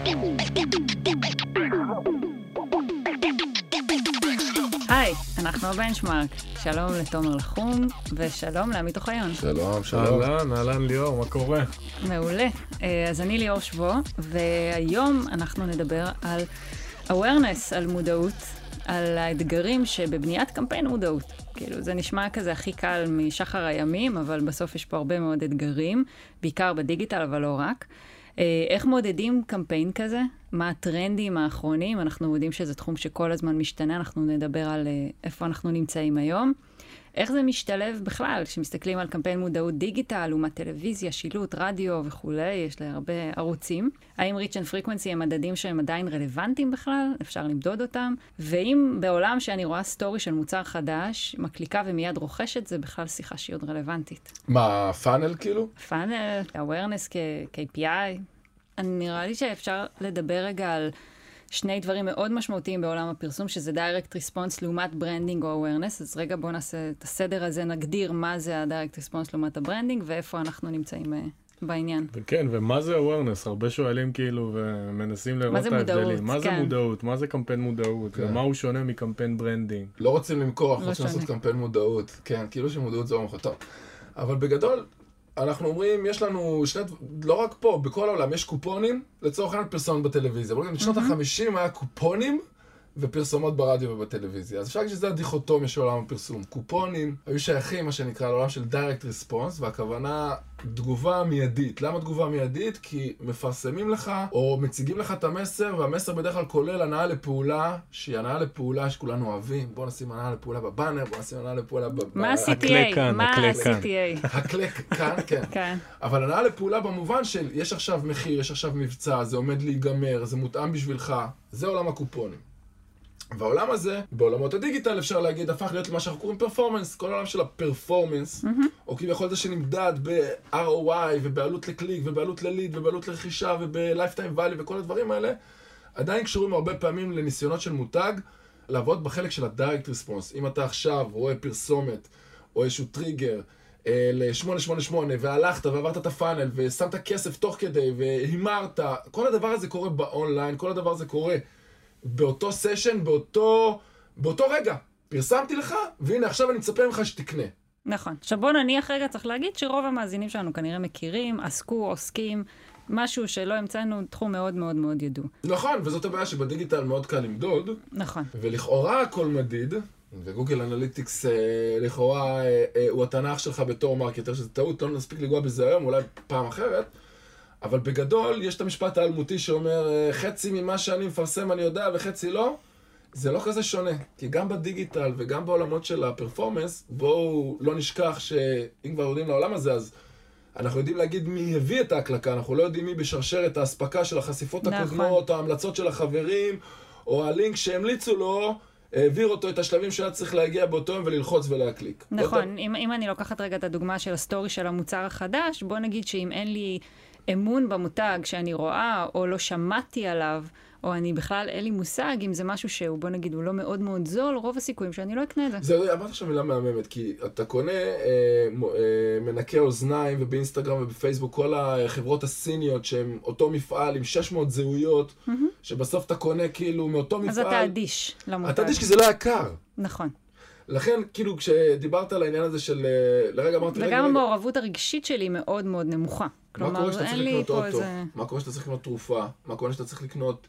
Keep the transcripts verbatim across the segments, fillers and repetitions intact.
היי, אנחנו הבנצ'מארק. שלום לתומר לחום, ושלום לעמית אוחיון. שלום, שלום. אהלן, אהלן ליאור, מה קורה? מעולה. אז אני ליאור שבו, והיום אנחנו נדבר על awareness, על מודעות, על האתגרים שבבניית קמפיין מודעות. כאילו, זה נשמע כזה הכי קל משחר הימים, אבל בסוף יש פה הרבה מאוד אתגרים, בעיקר בדיגיטל, אבל לא רק. איך מודדים קמפיין כזה? מה הטרנדים האחרונים? אנחנו יודעים שזה תחום שכל הזמן משתנה, אנחנו נדבר על איפה אנחנו נמצאים היום. איך זה משתלב בכלל, שמסתכלים על קמפיין מודעות דיגיטל, לעומת טלוויזיה, שילוט, רדיו וכולי, יש לה הרבה ערוצים. האם reach and frequency הם מדדים שהם עדיין רלוונטיים בכלל? אפשר למדוד אותם. ואם בעולם שאני רואה סטורי של מוצר חדש, מקליקה ומיד רוכשת, זה בכלל שיחה שהיא עוד רלוונטית. מה, פאנל כאילו? פאנל, awareness כ-K P I. אני נראה לי שאפשר לדבר רגע על שני דברים מאוד משמעותיים בעולם הפרסום, שזה direct response לעומת branding או awareness. אז רגע בואו נעשה את הסדר הזה, נגדיר מה זה ה-direct response לעומת הברנדינג, ואיפה אנחנו נמצאים בעניין. וכן, ומה זה awareness? הרבה שואלים כאילו ומנסים לראות את ההבדלים. מה זה מודעות? מה זה קמפיין מודעות? ומה הוא שונה מקמפיין ברנדינג? לא רוצים למכור, אנחנו רוצים לעשות קמפיין מודעות. כן, כאילו שמודעות זה לא טוב. אבל בגדול, אנחנו אומרים, יש לנו שני, לא רק פה, בכל העולם, יש קופונים, לצורך העניין פרסומות בטלוויזיה. אבל בשנות ה-חמישים היה קופונים ופרסומות ברדיו ובטלוויזיה. אז אפשר להגיד שזה הדיכוטומיה של עולם הפרסום. קופונים היו שייכים, מה שנקרא, לעולם של direct response, והכוונה תגובה מיידית. למה תגובה מיידית? כי מפרסמים לך, או מציגים לך את המסר, והמסר בדרך כלל כולל הנאה לפעולה, שהיא הנאה לפעולה שכולנו אוהבים. בוא נשים הנאה לפעולה בבאנר, בוא נשים הנאה לפעולה ב... מה ה-סי טי איי? מה ה-סי טי איי? הקלק כאן, כן. כן. אבל הנאה לפעולה במובן של, יש עכשיו מחיר, יש עכשיו מבצע, זה עומד להיגמר, זה מותאם בשבילך. זה עולם הקופונים. והעולם הזה, בעולמות הדיגיטל אפשר להגיד, הפך להיות למה שאנחנו קוראים פרפורמנס, כל העולם של הפרפורמנס, mm-hmm. או כביכול זה שנמדד ב-אר או וואי ובעלות לקליק ובעלות לליד ובעלות לרכישה וב-lifetime value וכל הדברים האלה, עדיין קשורים הרבה פעמים לניסיונות של מותג, לעבוד בחלק של ה-direct response. אם אתה עכשיו רואה פרסומת או איזשהו טריגר ל-שמונה שמונה שמונה והלכת ועברת את הפאנל ושמת כסף תוך כדי והימרת, כל הדבר הזה קורה באונליין, כל הדבר הזה קורה באותו סשן, באותו, באותו רגע. פרסמתי לך, והנה עכשיו אני מצפה ממך שתקנה. נכון. עכשיו בוא נניח רגע, צריך להגיד שרוב המאזינים שלנו כנראה מכירים, עסקו, עוסקים, משהו שלא המצאנו, תחום מאוד מאוד מאוד ידוע. נכון, וזאת הבעיה שבדיגיטל מאוד קל למדוד. נכון. ולכאורה הכל מדיד, וגוגל אנליטיקס לכאורה הוא התנ"ך שלך בתור מרקטר, שזה טעות, לא נספיק לגוע בזה היום, אולי פעם אחרת. אבל בגדול, יש את המשפט האלמותי שאומר, חצי ממה שאני מפרסם אני יודע וחצי לא, זה לא כזה שונה. כי גם בדיגיטל וגם בעולמות של הפרפורמנס, בואו לא נשכח שאם כבר יודעים לעולם הזה, אז אנחנו יודעים להגיד מי הביא את ההקלקה, אנחנו לא יודעים מי בשרשר את ההספקה של החשיפות הקודמות, או ההמלצות של החברים, או הלינק שהמליצו לו, העביר אותו את השלבים שהיה צריך להגיע באותו יום וללחוץ ולהקליק. נכון, אם, אם אני לוקחת רגע את הדוגמה של הסטורי של המוצר החדש, בוא נגיד שאם אין לי אמון במותג שאני רואה, או לא שמעתי עליו, או אני בכלל אין לי מושג, אם זה משהו שהוא, בוא נגיד, הוא לא מאוד מאוד זול, רוב הסיכויים שאני לא אקנה את זה. זה, אמרת עכשיו מילה מהממת, כי אתה קונה אה, אה, מנקי אוזניים, ובאינסטגרם ובפייסבוק, כל החברות הסיניות, שהן אותו מפעל עם שש מאות זהויות, mm-hmm. שבסוף אתה קונה כאילו מאותו מפעל. אז אתה אדיש למותג. אתה אדיש כי זה לא יקר. נכון. לכן, כאילו, כשדיברת על העניין הזה של, לרגע אמרתי, וגם המעורבות הרגשית שלי מאוד מאוד נמוכה. מה קורה שאתה צריך לקנות אוטו? מה קורה שאתה צריך לקנות תרופה? מה קורה שאתה צריך לקנות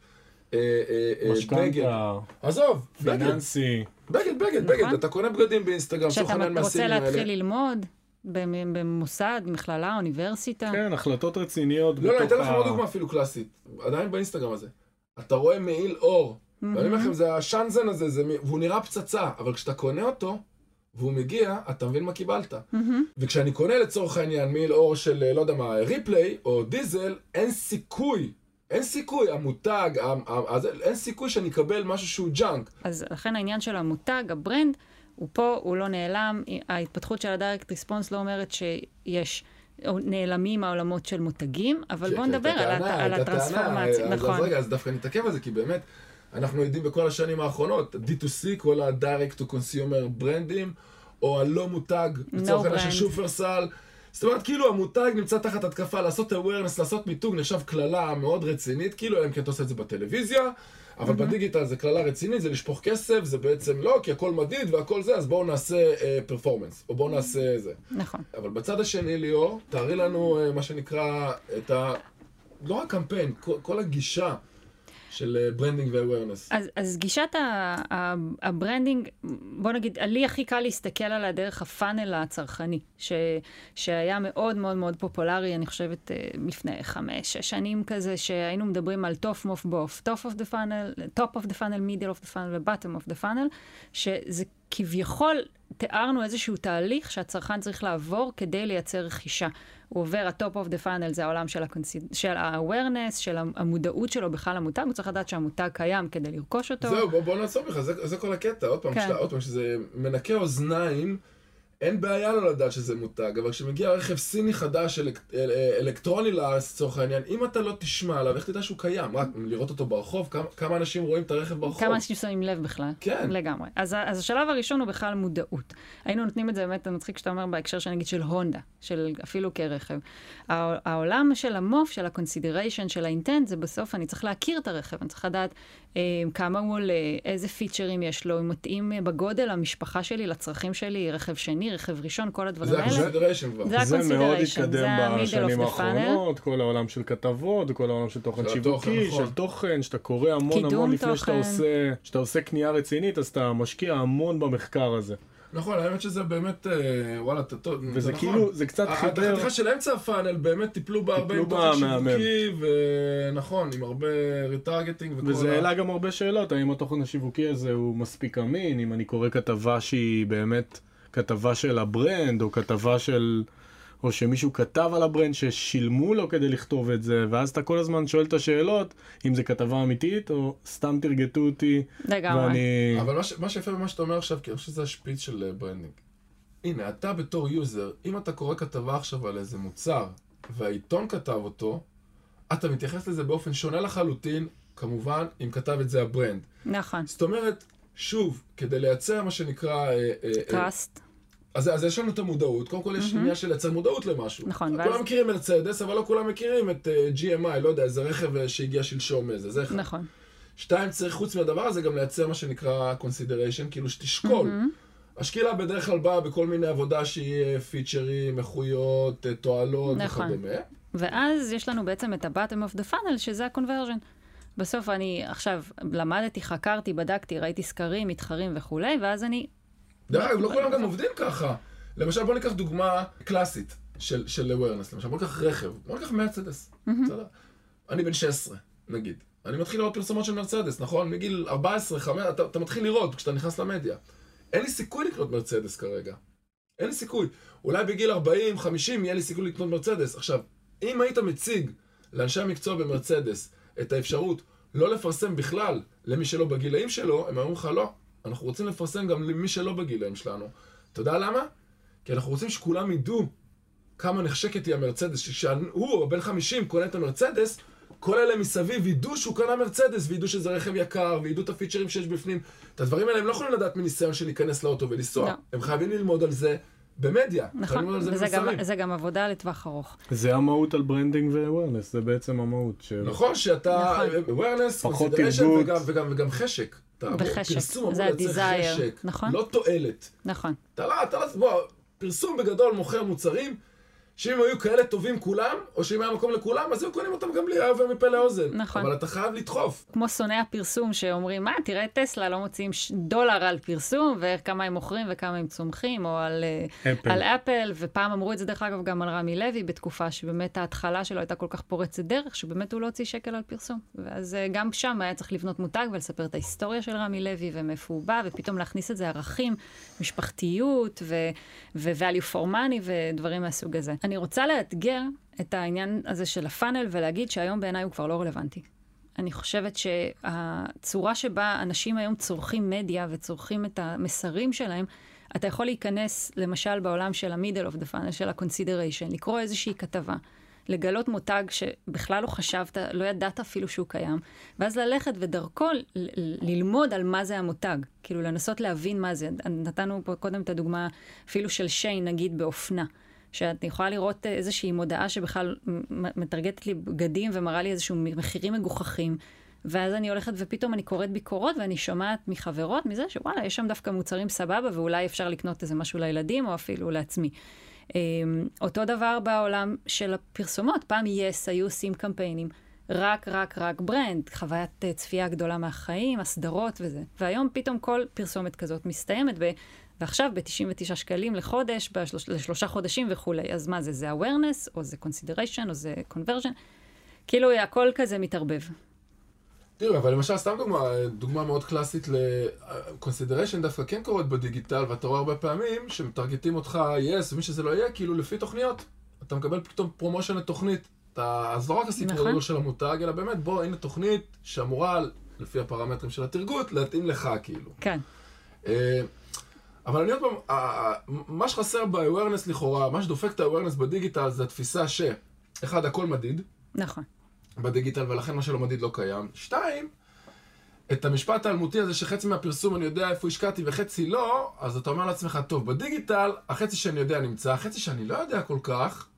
משכנתה? עזוב, פיננסי. בגד, בגד, בגד. אתה קונה בגדים באינסטגרם, שאתה רוצה להתחיל ללמוד במוסד, מכללה, אוניברסיטה. כן, החלטות רציניות. לא, לא, אני אתן לכם עוד דוגמה אפילו קלאסית. עדיין באינסטגרם הזה. אתה רואה מעיל אור. ואני אומר לכם, זה השנזן הזה, והוא נראה פצצה, אבל כשאתה קונה אותו, והוא מגיע, אתה מבין מה קיבלת. וכשאני קונה לצורך העניין מעיל אור של, לא יודע מה, ריפליי או דיזל, אין סיכוי, אין סיכוי, המותג, אין סיכוי שאני אקבל משהו שהוא ג'אנק. אז לכן העניין של המותג, הברנד, הוא פה, הוא לא נעלם. ההתפתחות של הדיירקט ריספונס לא אומרת שיש נעלמים העולמות של מותגים, אבל בואו נדבר על הטרנספורמציה. נכון. אז רגע, אז דווקא נתעכב על זה, כי באמת, אנחנו יודעים בכל השנים האחרונות, די טו סי, כל ה-Direct to Consumer ברנדים, או הלא מותג, לצורך העניין של שופרסל, זאת אומרת, כאילו המותג נמצא תחת התקפה, לעשות awareness, לעשות מיתוג, נחשב כללה מאוד רצינית, כאילו הם כן אתה עושה את זה בטלוויזיה, אבל mm-hmm. בדיגיטל זה כללה רצינית, זה לשפוך כסף, זה בעצם לא, כי הכל מדיד והכל זה, אז בואו נעשה פרפורמנס, uh, או בואו נעשה זה. נכון. אבל בצד השני, ליאור, תארי לנו uh, מה שנקרא את ה... לא רק קמפיין, כל, כל הגישה של ברנדינג ו-awareness. אז, אז גישת הברנדינג, בוא נגיד, לי הכי קל להסתכל עליה דרך הפאנל הצרכני, ש, שהיה מאוד מאוד מאוד פופולרי, אני חושבת, לפני חמש, שש שנים כזה, שהיינו מדברים על top of both, top of the funnel, top of the funnel, middle of the funnel ו-bottom of the funnel, שזה כביכול תיארנו איזשהו תהליך שהצרכן צריך לעבור כדי לייצר רכישה. הוא עובר, ה-top of the funnel זה העולם של ה-awareness, של המודעות שלו בכלל המותג, הוא צריך לדעת שהמותג קיים כדי לרכוש אותו. זהו, בוא, בוא נעצור בך, זה, זה כל הקטע, עוד פעם, כן. שלה, עוד פעם, שזה מנקה אוזניים, אין בעיה לא לדעת שזה מותג, אבל כשמגיע רכב סיני חדש, אלק, אל, אלקטרוני לצורך העניין, אם אתה לא תשמע עליו, איך תדע שהוא קיים? רק לראות אותו ברחוב? כמה, כמה אנשים רואים את הרכב ברחוב? כמה אנשים שמים לב בכלל? כן. לגמרי. אז, אז השלב הראשון הוא בכלל מודעות. היינו נותנים את זה באמת, אני מצחיק כשאתה אומר בהקשר שנגיד של הונדה, של אפילו כרכב. העולם של המוף, של ה-consideration, של האינטנט, זה בסוף אני צריך להכיר את הרכב, אני צריך לדעת אה, כמה הוא עולה, איזה פיצ'רים יש לו, אם מתאים בגודל המשפחה שלי, לצרכים שלי, רכב שני, רכב ראשון, כל הדברים האלה. זה ה-consideration כבר. זה ה-consideration. זה מאוד התקדם בשנים האחרונות, כל העולם של כתבות, כל העולם של תוכן שיווקי, של תוכן, שאתה קורא המון המון לפני שאתה עושה, שאתה עושה קנייה רצינית, אז אתה משקיע המון במחקר הזה. נכון, האמת שזה באמת, וואלה, וזה כאילו, זה קצת חיבר. החתיכה של אמצע הפאנל באמת טיפלו בה הרבה עם תוכן שיווקי, ונכון, עם הרבה ריטרגטינג וכל ה... וזה העלה גם הרבה שאלות, האם התוכן השיווקי הזה הוא מספיק אמין, אם אני קורא כתבה שהיא באמת כתבה של הברנד, או כתבה של... או שמישהו כתב על הברנד ששילמו לו כדי לכתוב את זה, ואז אתה כל הזמן שואל את השאלות, אם זה כתבה אמיתית, או סתם תרגטו אותי. לגמרי. ואני... אבל מה, ש... מה שיפה במה שאתה אומר עכשיו, כי אני חושב שזה השפיץ של ברנדינג. הנה, אתה בתור יוזר, אם אתה קורא כתבה עכשיו על איזה מוצר, והעיתון כתב אותו, אתה מתייחס לזה באופן שונה לחלוטין, כמובן, אם כתב את זה הברנד. נכון. זאת אומרת, שוב, כדי לייצר מה שנקרא... טראסט. אז, אז יש לנו את המודעות, קודם כל יש עניין של לייצר מודעות למשהו. נכון. כולם ואז... מכירים מרצדס, אבל לא כולם מכירים את uh, ג'י אם איי, לא יודע, איזה רכב שהגיע שלשום איזה, זה אחד. נכון. שתיים, צריך חוץ מהדבר הזה גם לייצר מה שנקרא consideration, כאילו שתשקול. Mm-hmm. השקילה בדרך כלל באה בכל מיני עבודה שיהיה פיצ'רים, איכויות, תועלות נכון. וכדומה. ואז יש לנו בעצם את ה-bottom of the funnel, שזה ה-conversion. בסוף אני עכשיו למדתי, חקרתי, בדקתי, ראיתי סקרים, מתחרים וכו', ואז אני... דרך אגב, לא כולם גם עובדים ככה. למשל, בוא ניקח דוגמה קלאסית של, של awareness. למשל, בוא ניקח רכב. בוא ניקח מרצדס. בסדר? אני בן שש עשרה, נגיד. אני מתחיל לראות פרסומות של מרצדס, נכון? מגיל ארבע עשרה, חמש עשרה, אתה, אתה מתחיל לראות כשאתה נכנס למדיה. אין לי סיכוי לקנות מרצדס כרגע. אין לי סיכוי. אולי בגיל ארבעים, חמישים יהיה לי סיכוי לקנות מרצדס. עכשיו, אם היית מציג לאנשי המקצוע במרצדס את האפשרות לא לפרסם בכלל למי שלא בגילאים שלו, הם אמרו לך לא. אנחנו רוצים לפרסם גם למי שלא בגילאים שלנו. אתה יודע למה? כי אנחנו רוצים שכולם ידעו כמה נחשקת היא המרצדס. כשהוא, בן חמישים, קונה את המרצדס, כל אלה מסביב ידעו שהוא קנה מרצדס, וידעו שזה רכב יקר, וידעו את הפיצ'רים שיש בפנים. את הדברים האלה הם לא יכולים לדעת מניסיון של להיכנס לאוטו ולנסוע. No. הם חייבים ללמוד על זה במדיה. נכון, וזה גם, זה גם עבודה לטווח ארוך. זה המהות על ברנדינג ו-awareness, זה בעצם המהות. ש... נכון, שאתה, נכון. awareness, consideration וגם, וגם, וגם חשק. בחשק, פרסום זה הדיזייר, נכון? לא תועלת. נכון. אתה לא, אתה לא, בוא, פרסום בגדול מוכר מוצרים, שאם היו כאלה טובים כולם, או שאם היה מקום לכולם, אז היו קונים אותם גם לי, היה עובר מפה לאוזן. נכון. אבל אתה חייב לדחוף. כמו שונאי הפרסום שאומרים, מה, תראה את טסלה, לא מוציאים דולר על פרסום, וכמה הם מוכרים וכמה הם צומחים, או על אפל. על אפל, ופעם אמרו את זה דרך אגב גם על רמי לוי, בתקופה שבאמת ההתחלה שלו הייתה כל כך פורצת דרך, שבאמת הוא לא הוציא שקל על פרסום. ואז גם שם היה צריך לבנות מותג ולספר את ההיסטוריה של רמי לוי, ומאיפה הוא בא, ופתאום להכניס את זה ערכים, משפחתיות, ו-value for money, ודברים מהסוג הזה. אני רוצה לאתגר את העניין הזה של הפאנל ולהגיד שהיום בעיניי הוא כבר לא רלוונטי. אני חושבת שהצורה שבה אנשים היום צורכים מדיה וצורכים את המסרים שלהם, אתה יכול להיכנס למשל בעולם של ה-middle of the funnel, של ה-consideration, לקרוא איזושהי כתבה, לגלות מותג שבכלל לא חשבת, לא ידעת אפילו שהוא קיים, ואז ללכת ודרכו ללמוד על מה זה המותג, כאילו לנסות להבין מה זה. נתנו פה קודם את הדוגמה אפילו של שיין, נגיד באופנה. שאת יכולה לראות איזושהי מודעה שבכלל מטרגטת לי בגדים ומראה לי איזשהו מחירים מגוחכים, ואז אני הולכת ופתאום אני קוראת ביקורות ואני שומעת מחברות מזה שוואלה, יש שם דווקא מוצרים סבבה ואולי אפשר לקנות איזה משהו לילדים או אפילו לעצמי. אותו דבר בעולם של הפרסומות. פעם יס היו עושים קמפיינים, רק, רק, רק ברנד, חוויית צפייה גדולה מהחיים, הסדרות וזה. והיום פתאום כל פרסומת כזאת מסתיימת ב... ועכשיו ב-תשעים ותשעה שקלים לחודש, בשלוש, לשלושה חודשים וכולי. אז מה זה? זה awareness, או זה consideration, או זה conversion? כאילו הכל כזה מתערבב. תראו, אבל למשל, סתם דוגמה, דוגמה מאוד קלאסית ל-consideration דווקא כן קורות בדיגיטל, ואתה רואה הרבה פעמים שמטרגטים אותך, yes, ומי שזה לא יהיה, כאילו לפי תוכניות. אתה מקבל פתאום פרומושן לתוכנית. אתה, אז לא רק הסיפור הגדול של המותג, אלא באמת, בוא, הנה תוכנית שאמורה, לפי הפרמטרים של התרגות, להתאים לך, כאילו. כן. אבל אני עוד פעם, מה שחסר ב-awareness לכאורה, מה שדופק את ה-awareness בדיגיטל, זה התפיסה ש, אחד, הכל מדיד. נכון. בדיגיטל, ולכן מה שלא מדיד לא קיים. שתיים, את המשפט האלמותי הזה שחצי מהפרסום אני יודע איפה השקעתי וחצי לא, אז אתה אומר לעצמך, טוב, בדיגיטל, החצי שאני יודע נמצא, החצי שאני לא יודע כל כך,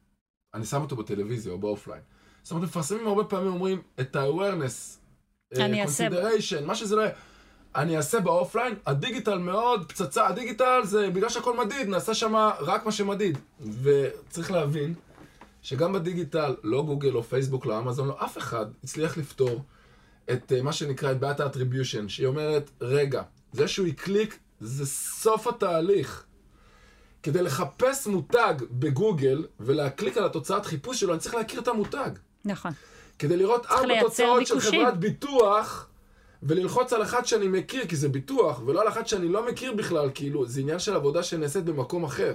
אני שם אותו בטלוויזיה או באופליין. זאת אומרת, מפרסמים הרבה פעמים אומרים, את ה-awareness, consideration, מה שזה לא יהיה, אני אעשה באופליין, הדיגיטל מאוד פצצה, הדיגיטל זה בגלל שהכל מדיד, נעשה שם רק מה שמדיד. וצריך להבין, שגם בדיגיטל, לא גוגל או פייסבוק, לא אמזון, לא אף אחד הצליח לפתור את uh, מה שנקרא את בעיית האטריביושן, שהיא אומרת, רגע, זה שהוא יקליק, זה סוף התהליך. כדי לחפש מותג בגוגל ולהקליק על התוצאת חיפוש שלו, אני צריך להכיר את המותג. נכון. כדי לראות ארבע תוצאות של חברת ביטוח, וללחוץ על אחד שאני מכיר, כי זה ביטוח, ולא על אחד שאני לא מכיר בכלל, כאילו, זה עניין של עבודה שנעשית במקום אחר.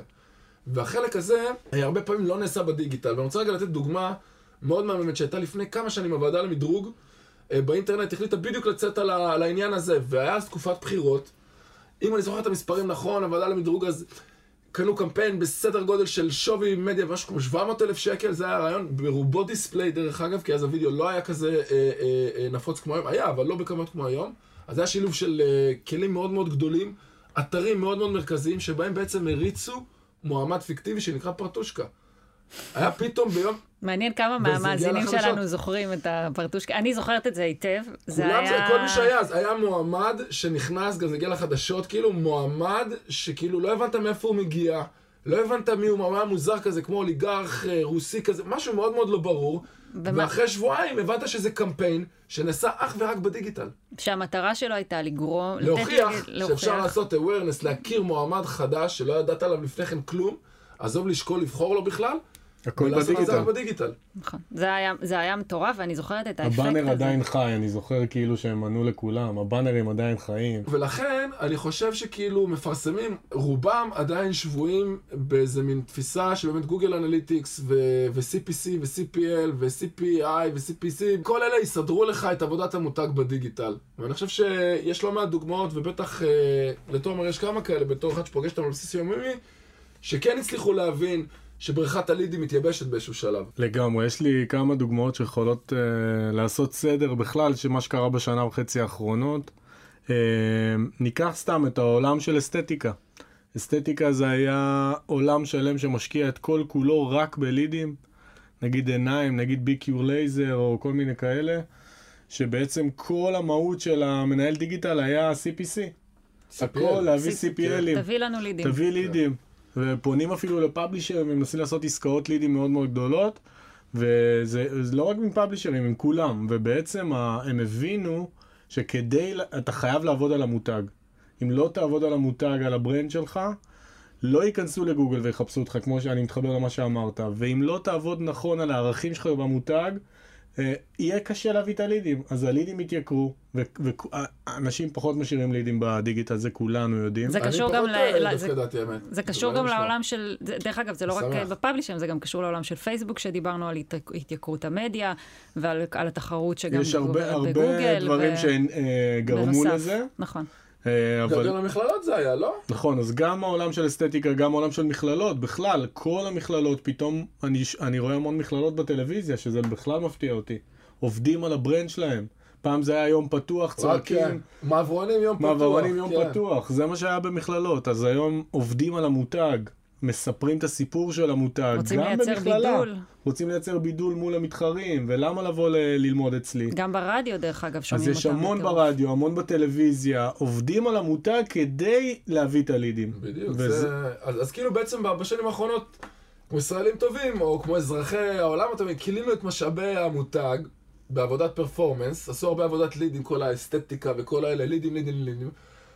והחלק הזה, הרבה פעמים לא נעשה בדיגיטל. ואני רוצה רגע לתת דוגמה מאוד מהממת שהייתה לפני כמה שנים הוועדה למדרוג באינטרנט, החליטה בדיוק לצאת על, ה, על העניין הזה, והיה אז תקופת בחירות. אם אני זוכר את המספרים נכון, הוועדה למדרוג אז קנו קמפיין בסדר גודל של שווי מדיה, משהו כמו שבע מאות אלף שקל, זה היה הרעיון, ברובו דיספליי דרך אגב, כי אז הוידאו לא היה כזה אה, אה, אה, נפוץ כמו היום, היה, אבל לא בכמות כמו היום. אז היה שילוב של אה, כלים מאוד מאוד גדולים, אתרים מאוד מאוד מרכזיים, שבהם בעצם הריצו מועמד פיקטיבי שנקרא פרטושקה. היה פתאום ביום... מעניין כמה מהמאזינים שלנו זוכרים את הפרטושקה. אני זוכרת את זה היטב. זה היה... כל מי שהיה, אז היה מועמד שנכנס, גם זה הגיע לחדשות, כאילו מועמד שכאילו לא הבנת מאיפה הוא מגיע, לא הבנת מי הוא, מועמד מוזר כזה, כמו אוליגרך רוסי כזה, משהו מאוד מאוד לא ברור. ומה... ואחרי שבועיים הבנת שזה קמפיין שנעשה אך ורק בדיגיטל. שהמטרה שלו הייתה לגרום... להוכיח שאפשר לעשות awareness, להכיר מועמד חדש שלא ידעת עליו לפני כן כלום, עזוב לשקול לבחור לו בכלל, הכל בדיגיטל. בדיגיטל. נכון. זה היה, זה היה מטורף, ואני זוכרת את האפקט הזה. הבאנר עדיין חי, אני זוכר כאילו שהם ענו לכולם, הבאנרים עדיין חיים. ולכן אני חושב שכאילו מפרסמים, רובם עדיין שבויים באיזה מין תפיסה שבאמת גוגל אנליטיקס ו-סי פי סי ו-סי פי אל ו-סי פי איי ו-סי פי סי, כל אלה יסדרו לך את עבודת המותג בדיגיטל. ואני חושב שיש לא מעט דוגמאות, ובטח לתומר יש כמה כאלה, בתור אחד שפוגש אותם על בסיס יומיומי, שכן הצליחו להבין שבריכת הלידים מתייבשת באיזשהו שלב. לגמרי, יש לי כמה דוגמאות שיכולות אה, לעשות סדר בכלל, שמה שקרה בשנה וחצי האחרונות. אה, ניקח סתם את העולם של אסתטיקה. אסתטיקה זה היה עולם שלם שמשקיע את כל כולו רק בלידים, נגיד עיניים, נגיד בי קיו לייזר או כל מיני כאלה, שבעצם כל המהות של המנהל דיגיטל היה סי פי סי. הכל, להביא סי פי אלים. תביא לנו לידים. תביא לידים. ופונים אפילו לפאבלישרים, הם מנסים לעשות עסקאות לידים מאוד מאוד גדולות, וזה לא רק עם פאבלישרים, עם כולם, ובעצם הם הבינו שכדי, אתה חייב לעבוד על המותג. אם לא תעבוד על המותג, על הברנד שלך, לא ייכנסו לגוגל ויחפשו אותך, כמו שאני מתחבר למה שאמרת, ואם לא תעבוד נכון על הערכים שלך במותג, יהיה קשה להביא את הלידים, אז הלידים יתייקרו, ואנשים פחות משאירים לידים בדיגיטל, זה כולנו יודעים. זה קשור גם ל... זה קשור גם לעולם של... דרך אגב, זה לא רק בפאבלישרים, זה גם קשור לעולם של פייסבוק, שדיברנו על התייקרות המדיה, ועל התחרות שגם בגוגל. יש הרבה דברים שגרמו לזה. נכון. גם המכללות זה היה, לא? נכון, אז גם העולם של אסתטיקה, גם העולם של מכללות, בכלל, כל המכללות, פתאום אני, אני רואה המון מכללות בטלוויזיה, שזה בכלל מפתיע אותי. עובדים על הברנד שלהם. פעם זה היה יום פתוח, צועקים. מעברונים יום פתוח. מעברונים יום פתוח, זה מה שהיה במכללות. אז היום עובדים על המותג. מספרים את הסיפור של המותג, רוצים גם לייצר במכללה. בידול. רוצים לייצר בידול מול המתחרים, ולמה לבוא ל- ללמוד אצלי? גם ברדיו, דרך אגב, שומעים אז אותם. יש המון בטירוף. ברדיו, המון בטלוויזיה, עובדים על המותג כדי להביא את הלידים. בדיוק, וזה- זה... אז, אז כאילו בעצם בשנים האחרונות, כמו ישראלים טובים, או כמו אזרחי העולם, אתם קילינו את משאבי המותג בעבודת פרפורמנס, עשו הרבה עבודת לידים, כל האסתטיקה וכל האלה, לידים, לידים, לידים.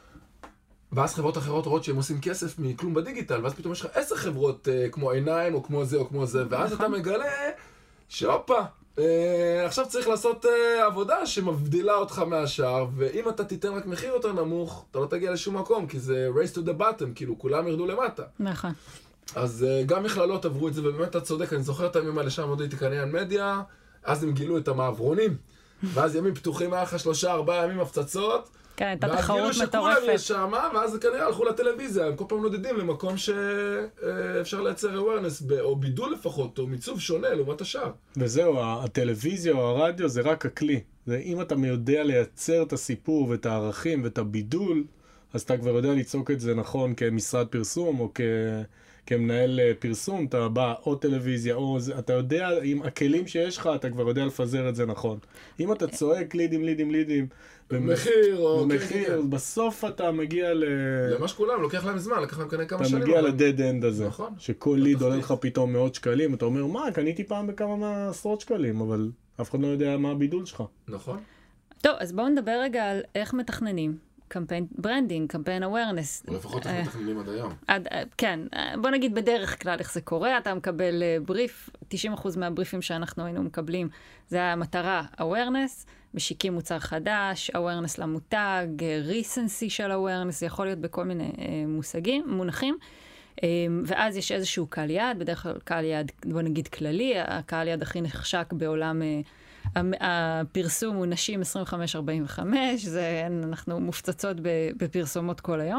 ואז חברות אחרות רואות שהם עושים כסף מכלום בדיגיטל, ואז פתאום יש לך עשר חברות אה, כמו עיניים, או כמו זה, או כמו זה, ואז אתה מגלה שהופה, אה, עכשיו צריך לעשות אה, עבודה שמבדילה אותך מהשאר, ואם אתה תיתן רק מחיר יותר נמוך, אתה לא תגיע לשום מקום, כי זה race to the bottom, כאילו כולם ירדו למטה. נכון. אז uh, גם מכללות עברו את זה, ובאמת אתה צודק, אני זוכר את הימים האלה שם, עוד הייתי כנראה מדיה, אז הם גילו את המעברונים, ואז ימים פתוחים היה לך שלושה, ארבעה ימים הפצצות, כן, הייתה ואז תחרות גילו שכולם מטורפת. יש שם, ואז כנראה הלכו לטלוויזיה, הם כל פעם נודדים למקום שאפשר לייצר awareness, ב- או בידול לפחות, או מיצוב שונה לעומת השאר. וזהו, הטלוויזיה או הרדיו זה רק הכלי. זה אם אתה יודע לייצר את הסיפור ואת הערכים ואת הבידול, אז אתה כבר יודע לצעוק את זה נכון כמשרד פרסום או כ... כמנהל פרסום, אתה בא או טלוויזיה או זה, אתה יודע, עם הכלים שיש לך, אתה כבר יודע לפזר את זה נכון. אם אתה צועק לידים, לידים, לידים, במחיר, או... במחיר, בסוף אתה מגיע ל... למה שכולם, לוקח להם זמן, לקח להם כנראה כמה אתה שנים. מגיע אבל- לדד אנד הזה, נכון. שכל ליד עולה בתחתית. לך פתאום מאות שקלים, אתה אומר, מה, קניתי פעם בכמה עשרות שקלים, אבל אף אחד לא יודע מה הבידול שלך. נכון. טוב, אז בואו נדבר רגע על איך מתכננים קמפיין ברנדינג, קמפיין awareness. או לפחות אה, איך מתכננים עד היום. עד, אה, כן, אה, בוא נגיד בדרך כלל איך זה קורה, אתה מקבל אה, בריף, תשעים אחוז מהבריפים שאנחנו היינו מקבלים, זה המטרה awareness, משיקים מוצר חדש, awareness למותג, אה, recency של awareness, זה יכול להיות בכל מיני אה, מושגים, מונחים, אה, ואז יש איזשהו קהל יעד, בדרך כלל קהל יעד, בוא נגיד כללי, הקהל יעד הכי נחשק בעולם אה, המ- הפרסום הוא נשים עשרים וחמש ארבעים וחמש, זה, אנחנו מופצצות ב- בפרסומות כל היום.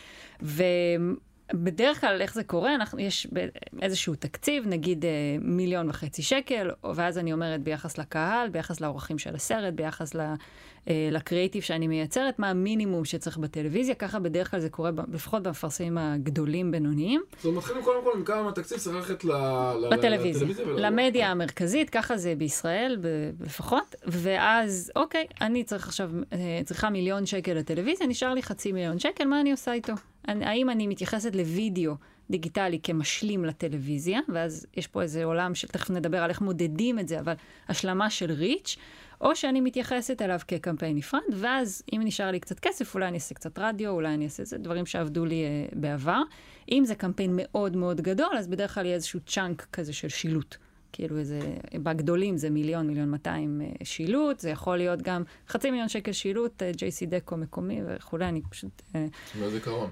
ובדרך כלל איך זה קורה, אנחנו, יש ב- איזשהו תקציב, נגיד אה, מיליון וחצי שקל, ואז אני אומרת ביחס לקהל, ביחס לאורחים של הסרט, ביחס ל- אה, לקריאיטיב שאני מייצרת, מה המינימום שצריך בטלוויזיה, ככה בדרך כלל זה קורה, ב- לפחות במפרסמים הגדולים בינוניים. זאת אומרת, מתחילים קודם כל עם כמה מהתקציב צריך ללכת ל- ל- בטלוויזיה, לטלוויזיה ול- למדיה המרכזית, ככה זה בישראל ב- לפחות, ואז אוקיי, אני צריך עכשיו, אה, צריכה מיליון שקל לטלוויזיה, נשאר לי חצי מיליון שקל, מה אני עושה איתו? אני, האם אני מתייחסת לוידאו דיגיטלי כמשלים לטלוויזיה, ואז יש פה איזה עולם שתכף נדבר על איך מודדים את זה, אבל השלמה של ריץ', או שאני מתייחסת אליו כקמפיין נפרד, ואז אם נשאר לי קצת כסף, אולי אני אעשה קצת רדיו, אולי אני אעשה זה, דברים שעבדו לי אה, בעבר. אם זה קמפיין מאוד מאוד גדול, אז בדרך כלל יהיה איזשהו צ'אנק כזה של שילוט. כאילו איזה, בגדולים זה מיליון, מיליון מאתיים אה, שילוט, זה יכול להיות גם חצי מיליון שקל שילוט, אה, ג'יי סי דקו מקומי וכולי, אני פשוט... אה, מהזיכרון.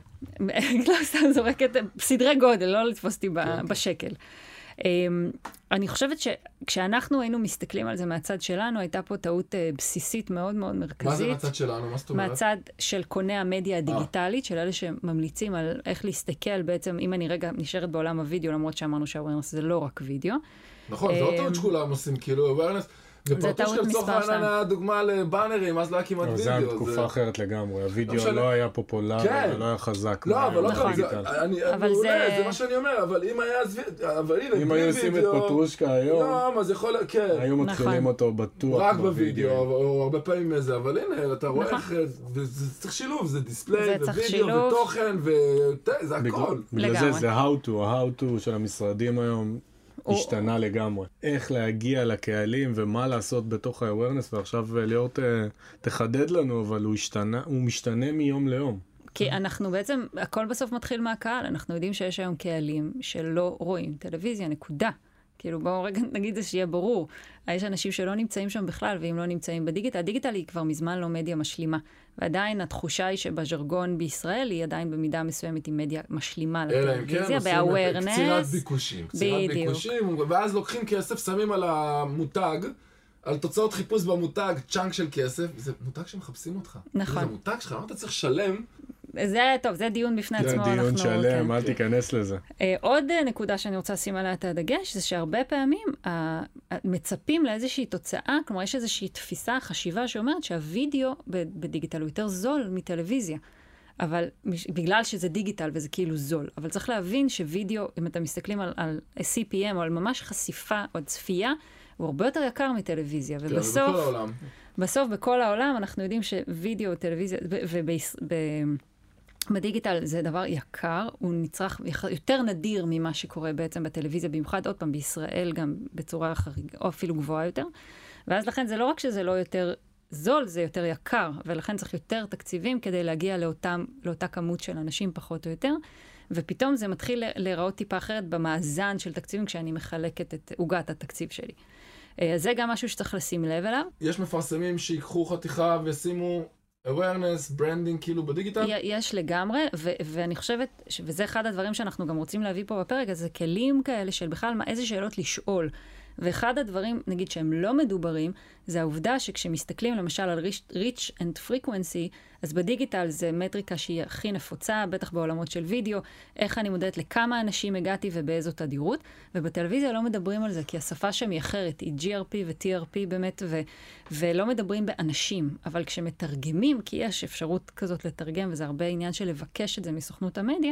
לא סתם זורקת, סדרי גודל, לא לתפוס אותי ב- כן. בשקל. Um, אני חושבת שכשאנחנו היינו מסתכלים על זה מהצד שלנו, הייתה פה טעות uh, בסיסית מאוד מאוד מרכזית. מה זה מהצד שלנו? מה זאת אומרת? מהצד של קוני המדיה הדיגיטלית, של אלה שממליצים על איך להסתכל בעצם, אם אני רגע נשארת בעולם הוידאו, למרות שאמרנו שהאווירנס זה לא רק וידאו. נכון, זה לא טעות שכולם עושים, כאילו, awareness. ופרטוש לצורך העניין היה דוגמה לבאנרים, אז לא היה כמעט אבל זה וידאו. היה תקופה אחרת לגמרי, הוידאו משנה. לא היה פופולרי כן. ולא היה חזק. לא, אבל לא נכון. כזה, אני, אבל מעולה, זה- זה מה שאני אומר, אבל אם היה, אבל הנה, אם בלי היו עושים את וידאו, פטרושקה היום, לא, אז יכול, כן, היו מתחילים נכון. אותו בטוח רק בווידאו, או הרבה פעמים איזה, אבל הנה, אתה רואה נכון. איך, וזה צריך שילוב, זה דיספליי, זה צריך ווידאו, שילוב. ותוכן, וזה בגלל- הכל. בגלל לגמרי. זה זה how to, ה-how to של המשרדים היום הוא- השתנה לגמרי. איך להגיע לקהלים ומה לעשות בתוך ה-awareness, ועכשיו ליאור ת- תחדד לנו, אבל הוא השתנה, הוא משתנה מיום ליום. כי אנחנו בעצם, הכל בסוף מתחיל מהקהל, אנחנו יודעים שיש היום קהלים שלא רואים טלוויזיה, נקודה. כאילו בואו רגע נגיד זה שיהיה ברור. יש אנשים שלא נמצאים שם בכלל, ואם לא נמצאים בדיגיטל, הדיגיטל היא כבר מזמן לא מדיה משלימה. ועדיין התחושה היא שבז'רגון בישראל היא עדיין במידה מסוימת היא מדיה משלימה אלא אם כן לטלוויזיה, עושים את ב-awareness. קצירת ביקושים. קצירת בדיוק. ביקושים, ואז לוקחים כסף, שמים על המותג, על תוצאות חיפוש במותג, צ'אנק של כסף, זה מותג שמחפשים אותך. נכון. זה מותג שלך, למה אתה צריך לשלם? זה טוב, זה דיון בפני זה עצמו. דיון אנחנו- שלם, כן. אל תיכנס לזה. אה, עוד אה, נקודה שאני רוצה לשים עליה את הדגש, זה שהרבה פעמים אה, מצפים לאיזושהי תוצאה, כלומר יש איזושהי תפיסה, חשיבה שאומרת שהווידאו ב- בדיגיטל הוא יותר זול מטלוויזיה. אבל בגלל שזה דיגיטל וזה כאילו זול. אבל צריך להבין שווידאו, אם אתם מסתכלים על, על סי פי אם או על ממש חשיפה או צפייה, הוא הרבה יותר יקר מטלוויזיה. כן, ובסוף, בכל העולם. בסוף, בכל העולם, אנחנו יודעים שווידאו, טלוויזיה, ובדיגיטל זה דבר יקר, הוא נצרך יותר נדיר ממה שקורה בעצם בטלוויזיה, במיוחד עוד פעם בישראל, גם בצורה חריגה, או אפילו גבוהה יותר. ואז לכן זה לא רק שזה לא יותר זול, זה יותר יקר, ולכן צריך יותר תקציבים כדי להגיע לאותם, לאותה כמות של אנשים פחות או יותר, ופתאום זה מתחיל להיראות טיפה אחרת במאזן של תקציבים, כשאני מחלקת את עוגת התקציב שלי. אז זה גם משהו שצריך לשים לב אליו. יש מפרסמים שיקחו חתיכה וישימו awareness, branding כאילו בדיגיטל? יש לגמרי, ו- ואני חושבת, ש- וזה אחד הדברים שאנחנו גם רוצים להביא פה בפרק, אז זה כלים כאלה של בכלל מה, איזה שאלות לשאול. ואחד הדברים, נגיד, שהם לא מדוברים, זה העובדה שכשמסתכלים למשל על reach and frequency, אז בדיגיטל זה מטריקה שהיא הכי נפוצה, בטח בעולמות של וידאו, איך אני מודדת לכמה אנשים הגעתי ובאיזו תדירות, ובטלוויזיה לא מדברים על זה, כי השפה שם היא אחרת, היא ג'י אר פי ו-טי אר פי באמת, ו- ולא מדברים באנשים, אבל כשמתרגמים, כי יש אפשרות כזאת לתרגם, וזה הרבה עניין של לבקש את זה מסוכנות המדיה,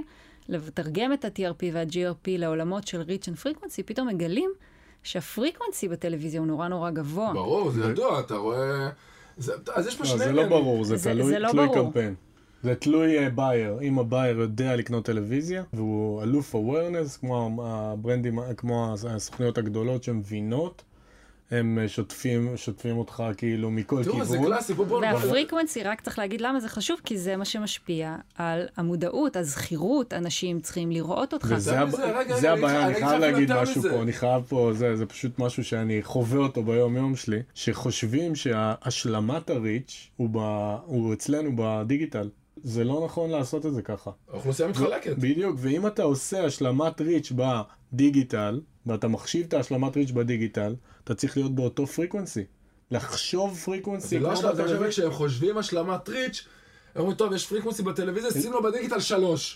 לתרגם את ה-טי אר פי וה-ג'י אר פי לעולמות של reach and frequency, פתאום מגלים שהפריקוונסי בטלוויזיה הוא נורא נורא גבוה. ברור, זה ידוע, אתה רואה... זה, אז יש פה שני... זה לא ברור, זה זה, תלוי, זה לא תלוי ברור. קמפיין. זה תלוי בייר. אם הבייר יודע לקנות טלוויזיה, והוא אלוף awareness, כמו הברנדים, כמו הסוכניות הגדולות שמבינות, הם שוטפים, שוטפים אותך כאילו מכל תראו, כיוון. זה קלאסי, בוא בוא... והפריקוונסי, רק צריך להגיד למה זה חשוב, כי זה מה שמשפיע על המודעות, הזכירות, אנשים צריכים לראות אותך. וזה הב- זה, רגע, זה רגע, הבעיה, אני אני חייב חייב להגיד יותר משהו מזה. פה, אני חייב פה, זה, זה פשוט משהו שאני חווה אותו ביום יום שלי, שחושבים שהשלמת הריץ' הוא, ב, הוא אצלנו בדיגיטל. זה לא נכון לעשות את זה ככה. האוכלוסייה מתחלקת. בדיוק, ואם אתה עושה השלמת ריץ' בדיגיטל, ואתה מחשיב את השלמת ריץ' בדיגיטל, אתה צריך להיות באותו פריקוונסי. לחשוב פריקוונסי. זה לא השלמת, אתה חושב כשהם חושבים השלמת ריץ', הם אומרים, טוב, יש פריקוונסי בטלוויזיה, שים לו בדיגיטל שלוש.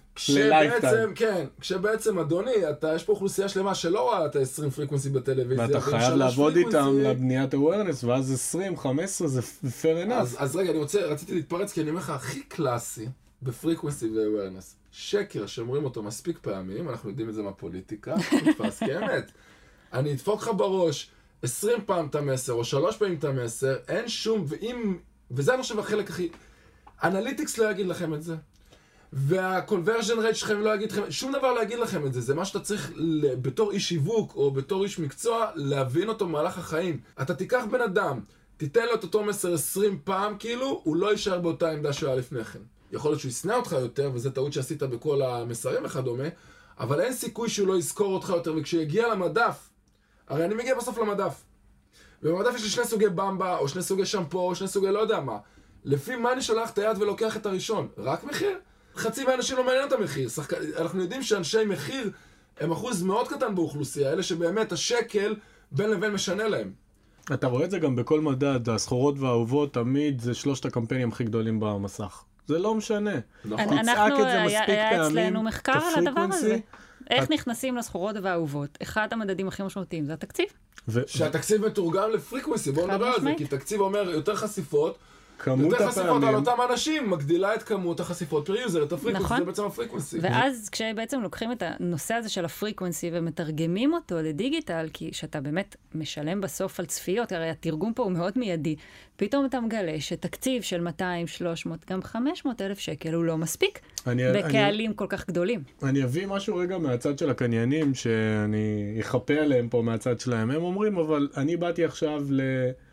כשבעצם, כן, כשבעצם, אדוני, אתה, יש פה אוכלוסייה שלמה שלא רואה את ה-עשרים פריקוונסי בטלוויזיה. ואתה חייב לעבוד איתם לבניית awareness, ואז עשרים, חמש עשרה זה fair enough. אז, אז רגע, אני רוצה, רציתי להתפרץ, כי אני אומר לך, הכי קלאסי בפריקוונסי ו-awareness, שקר שאומרים אותו מספיק פעמים, אנחנו יודעים את זה מהפוליטיקה, נתפס כאמת. אני אדפוק לך בראש עשרים פעם את המסר, או שלוש פעמים את המסר, אין שום, ואם, וזה אני חושב החלק הכי, אנליטיקס לא יגיד לכם את זה. וה-conversion rate שלכם לא יגיד לכם, שום דבר לא יגיד לכם את זה, זה מה שאתה צריך בתור איש שיווק או בתור איש מקצוע להבין אותו במהלך החיים. אתה תיקח בן אדם, תיתן לו את אותו מסר עשרים פעם, כאילו הוא לא יישאר באותה עמדה שהוא היה לפני כן. יכול להיות שהוא ישנא אותך יותר, וזה טעות שעשית בכל המסרים וכדומה, אבל אין סיכוי שהוא לא יזכור אותך יותר, וכשיגיע למדף, הרי אני מגיע בסוף למדף, ובמדף יש לי שני סוגי במבה, או שני סוגי שמפו, או שני סוגי לא יודע מה. לפי מה אני שולח את היד ולוקח את הראשון? רק מחיר? חצי מהאנשים לא מעניין את המחיר. שחק... אנחנו יודעים שאנשי מחיר הם אחוז מאוד קטן באוכלוסייה, אלה שבאמת השקל בין לבין משנה להם. אתה רואה את זה גם בכל מדד, הסחורות והאהובות תמיד זה שלושת הקמפיינים הכי גדולים במסך. זה לא משנה. נכון. אנחנו, היה, היה אצלנו מחקר על הדבר הזה. איך נכנסים לסחורות והאהובות? אחד המדדים הכי משמעותיים זה התקציב. שהתקציב מתורגם לפריקוונסי, בואו נדבר על זה, כי תקציב אומר יותר חשיפות, כמות יותר חשיפות הפעמים. על אותם אנשים, מגדילה את כמות החשיפות פר יוזר, את הפריקוונסי, נכון. זה בעצם הפריקוונסי. ואז כשבעצם לוקחים את הנושא הזה של הפריקוונסי ומתרגמים אותו לדיגיטל, כי שאתה באמת משלם בסוף על צפיות, הרי התרגום פה הוא מאוד מיידי, פתאום אתה מגלה שתקציב של מאתיים, שלוש מאות, גם חמש מאות אלף שקל הוא לא מספיק אני, בקהלים אני, כל כך גדולים. אני אביא משהו רגע מהצד של הקניינים, שאני אחפה עליהם פה מהצד שלהם. הם אומרים, אבל אני באתי עכשיו ל...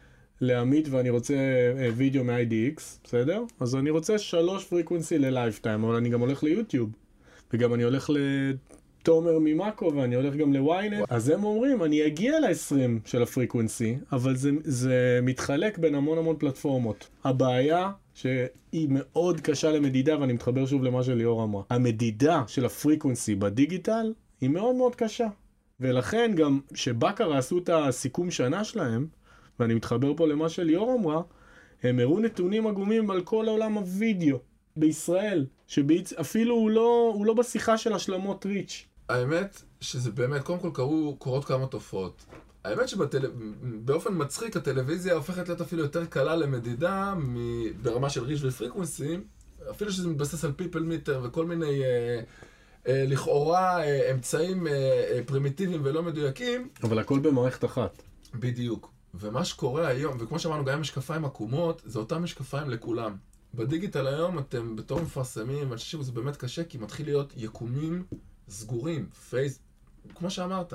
לעמית ואני רוצה וידאו מ-איי די אקס, בסדר? אז אני רוצה שלוש פריקוונסי ללייפטיים, אבל אני גם הולך ליוטיוב, וגם אני הולך לתומר ממאקו, ואני הולך גם לוויינט. אז הם אומרים, אני אגיע ל-עשרים של הפריקוונסי, אבל זה, זה מתחלק בין המון המון פלטפורמות. הבעיה שהיא מאוד קשה למדידה, ואני מתחבר שוב למה שליאור אמרה. המדידה של הפריקוונסי בדיגיטל היא מאוד מאוד קשה. ולכן גם שבקרה עשו את הסיכום שנה שלהם, ואני מתחבר פה למה שליאור אמרה, הם הראו נתונים עגומים על כל העולם הווידאו בישראל, שאפילו הוא לא, הוא לא בשיחה של השלמות ריץ'. האמת שזה באמת, קודם כל קרו, קורות כמה תופעות. האמת שבאופן מצחיק הטלוויזיה הופכת להיות אפילו יותר קלה למדידה ברמה של ריץ' ופריקוונסי, אפילו שזה מתבסס על פיפל מיטר וכל מיני אה, אה, לכאורה אה, אמצעים אה, אה, פרימיטיביים ולא מדויקים. אבל הכל במערכת אחת. בדיוק. ומה שקורה היום, וכמו שאמרנו, גם משקפיים עקומות, זה אותם משקפיים לכולם. בדיגיטל היום אתם בתור מפרסמים, אני חושב שזה באמת קשה, כי מתחיל להיות יקומים סגורים, פייס, כמו שאמרת.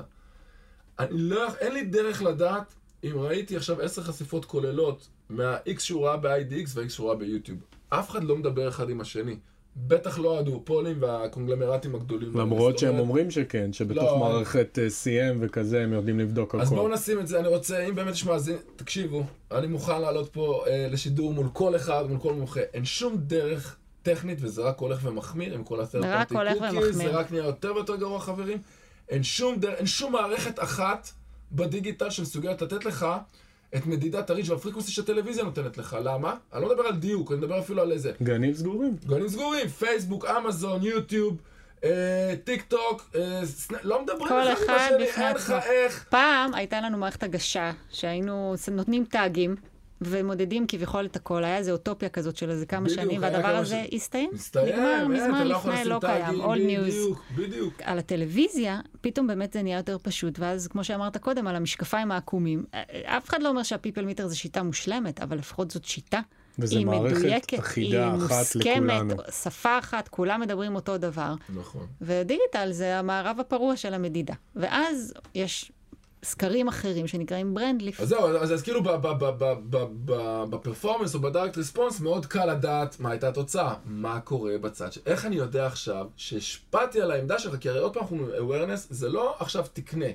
אני לא, אין לי דרך לדעת אם ראיתי עכשיו עשר חשיפות כוללות מה-X שהוא ראה ב-איי די אקס וה-X שהוא ראה ביוטיוב. אף אחד לא מדבר אחד עם השני. בטח לא הדואופולים והקונגלמרטים הגדולים. למרות שהם אומרים שכן, שבתוך לא, מערכת סי אם וכזה הם יודעים לבדוק הכל. אז בואו נשים את זה, אני רוצה, אם באמת יש מאזין, תקשיבו, אני מוכן לעלות פה אה, לשידור מול כל אחד, מול כל מומחה. אין שום דרך טכנית, וזה רק הולך ומחמיר עם כל ה-third party cookies, זה רק נהיה יותר ויותר גרוע, חברים. אין שום, דרך, אין שום מערכת אחת בדיגיטל שמסוגלת לתת לך את מדידת הריץ' והפריקונסי שהטלוויזיה נותנת לך. למה? אני לא מדבר על דיוק, אני מדבר אפילו על איזה. גנים סגורים. גנים סגורים, פייסבוק, אמזון, יוטיוב, אה, טיק טוק, אה, סנ... לא מדברים כל אחד אחד בשני, בפני אין לך עצמו. איך. פעם הייתה לנו מערכת הגשה, שהיינו נותנים טאגים, ומודדים כביכול את הכל. היה איזו אוטופיה כזאת של איזה כמה בדיוק, שנים, היה והדבר כמה הזה ש- הסתיים. מסתיים, נגמר אין, מזמן אתה לא יכול לפני, לשים לא קיים. טאגים, All news. בדיוק, בדיוק. על הטלוויזיה, פתאום באמת זה נהיה יותר פשוט, ואז כמו שאמרת קודם, על המשקפיים העקומים, אף אחד לא אומר שהפיפל מיטר זה שיטה מושלמת, אבל לפחות זאת שיטה. וזה היא מערכת מדויקת, אחידה היא אחת מוסכמת, לכולנו. שפה אחת, כולם מדברים אותו דבר. נכון. ודיגיטל זה המערב הפרוע של המדידה. ואז יש סקרים אחרים שנקראים ברנדליפט. אז זהו, אז, אז כאילו ב- ב- ב- ב- ב- ב- בפרפורמנס או בדיירקט ריספונס מאוד קל לדעת מה הייתה התוצאה, מה קורה בצד ש... איך אני יודע עכשיו שהשפעתי על העמדה שלך, כי הרי עוד פעם אנחנו awareness, זה לא עכשיו תקנה.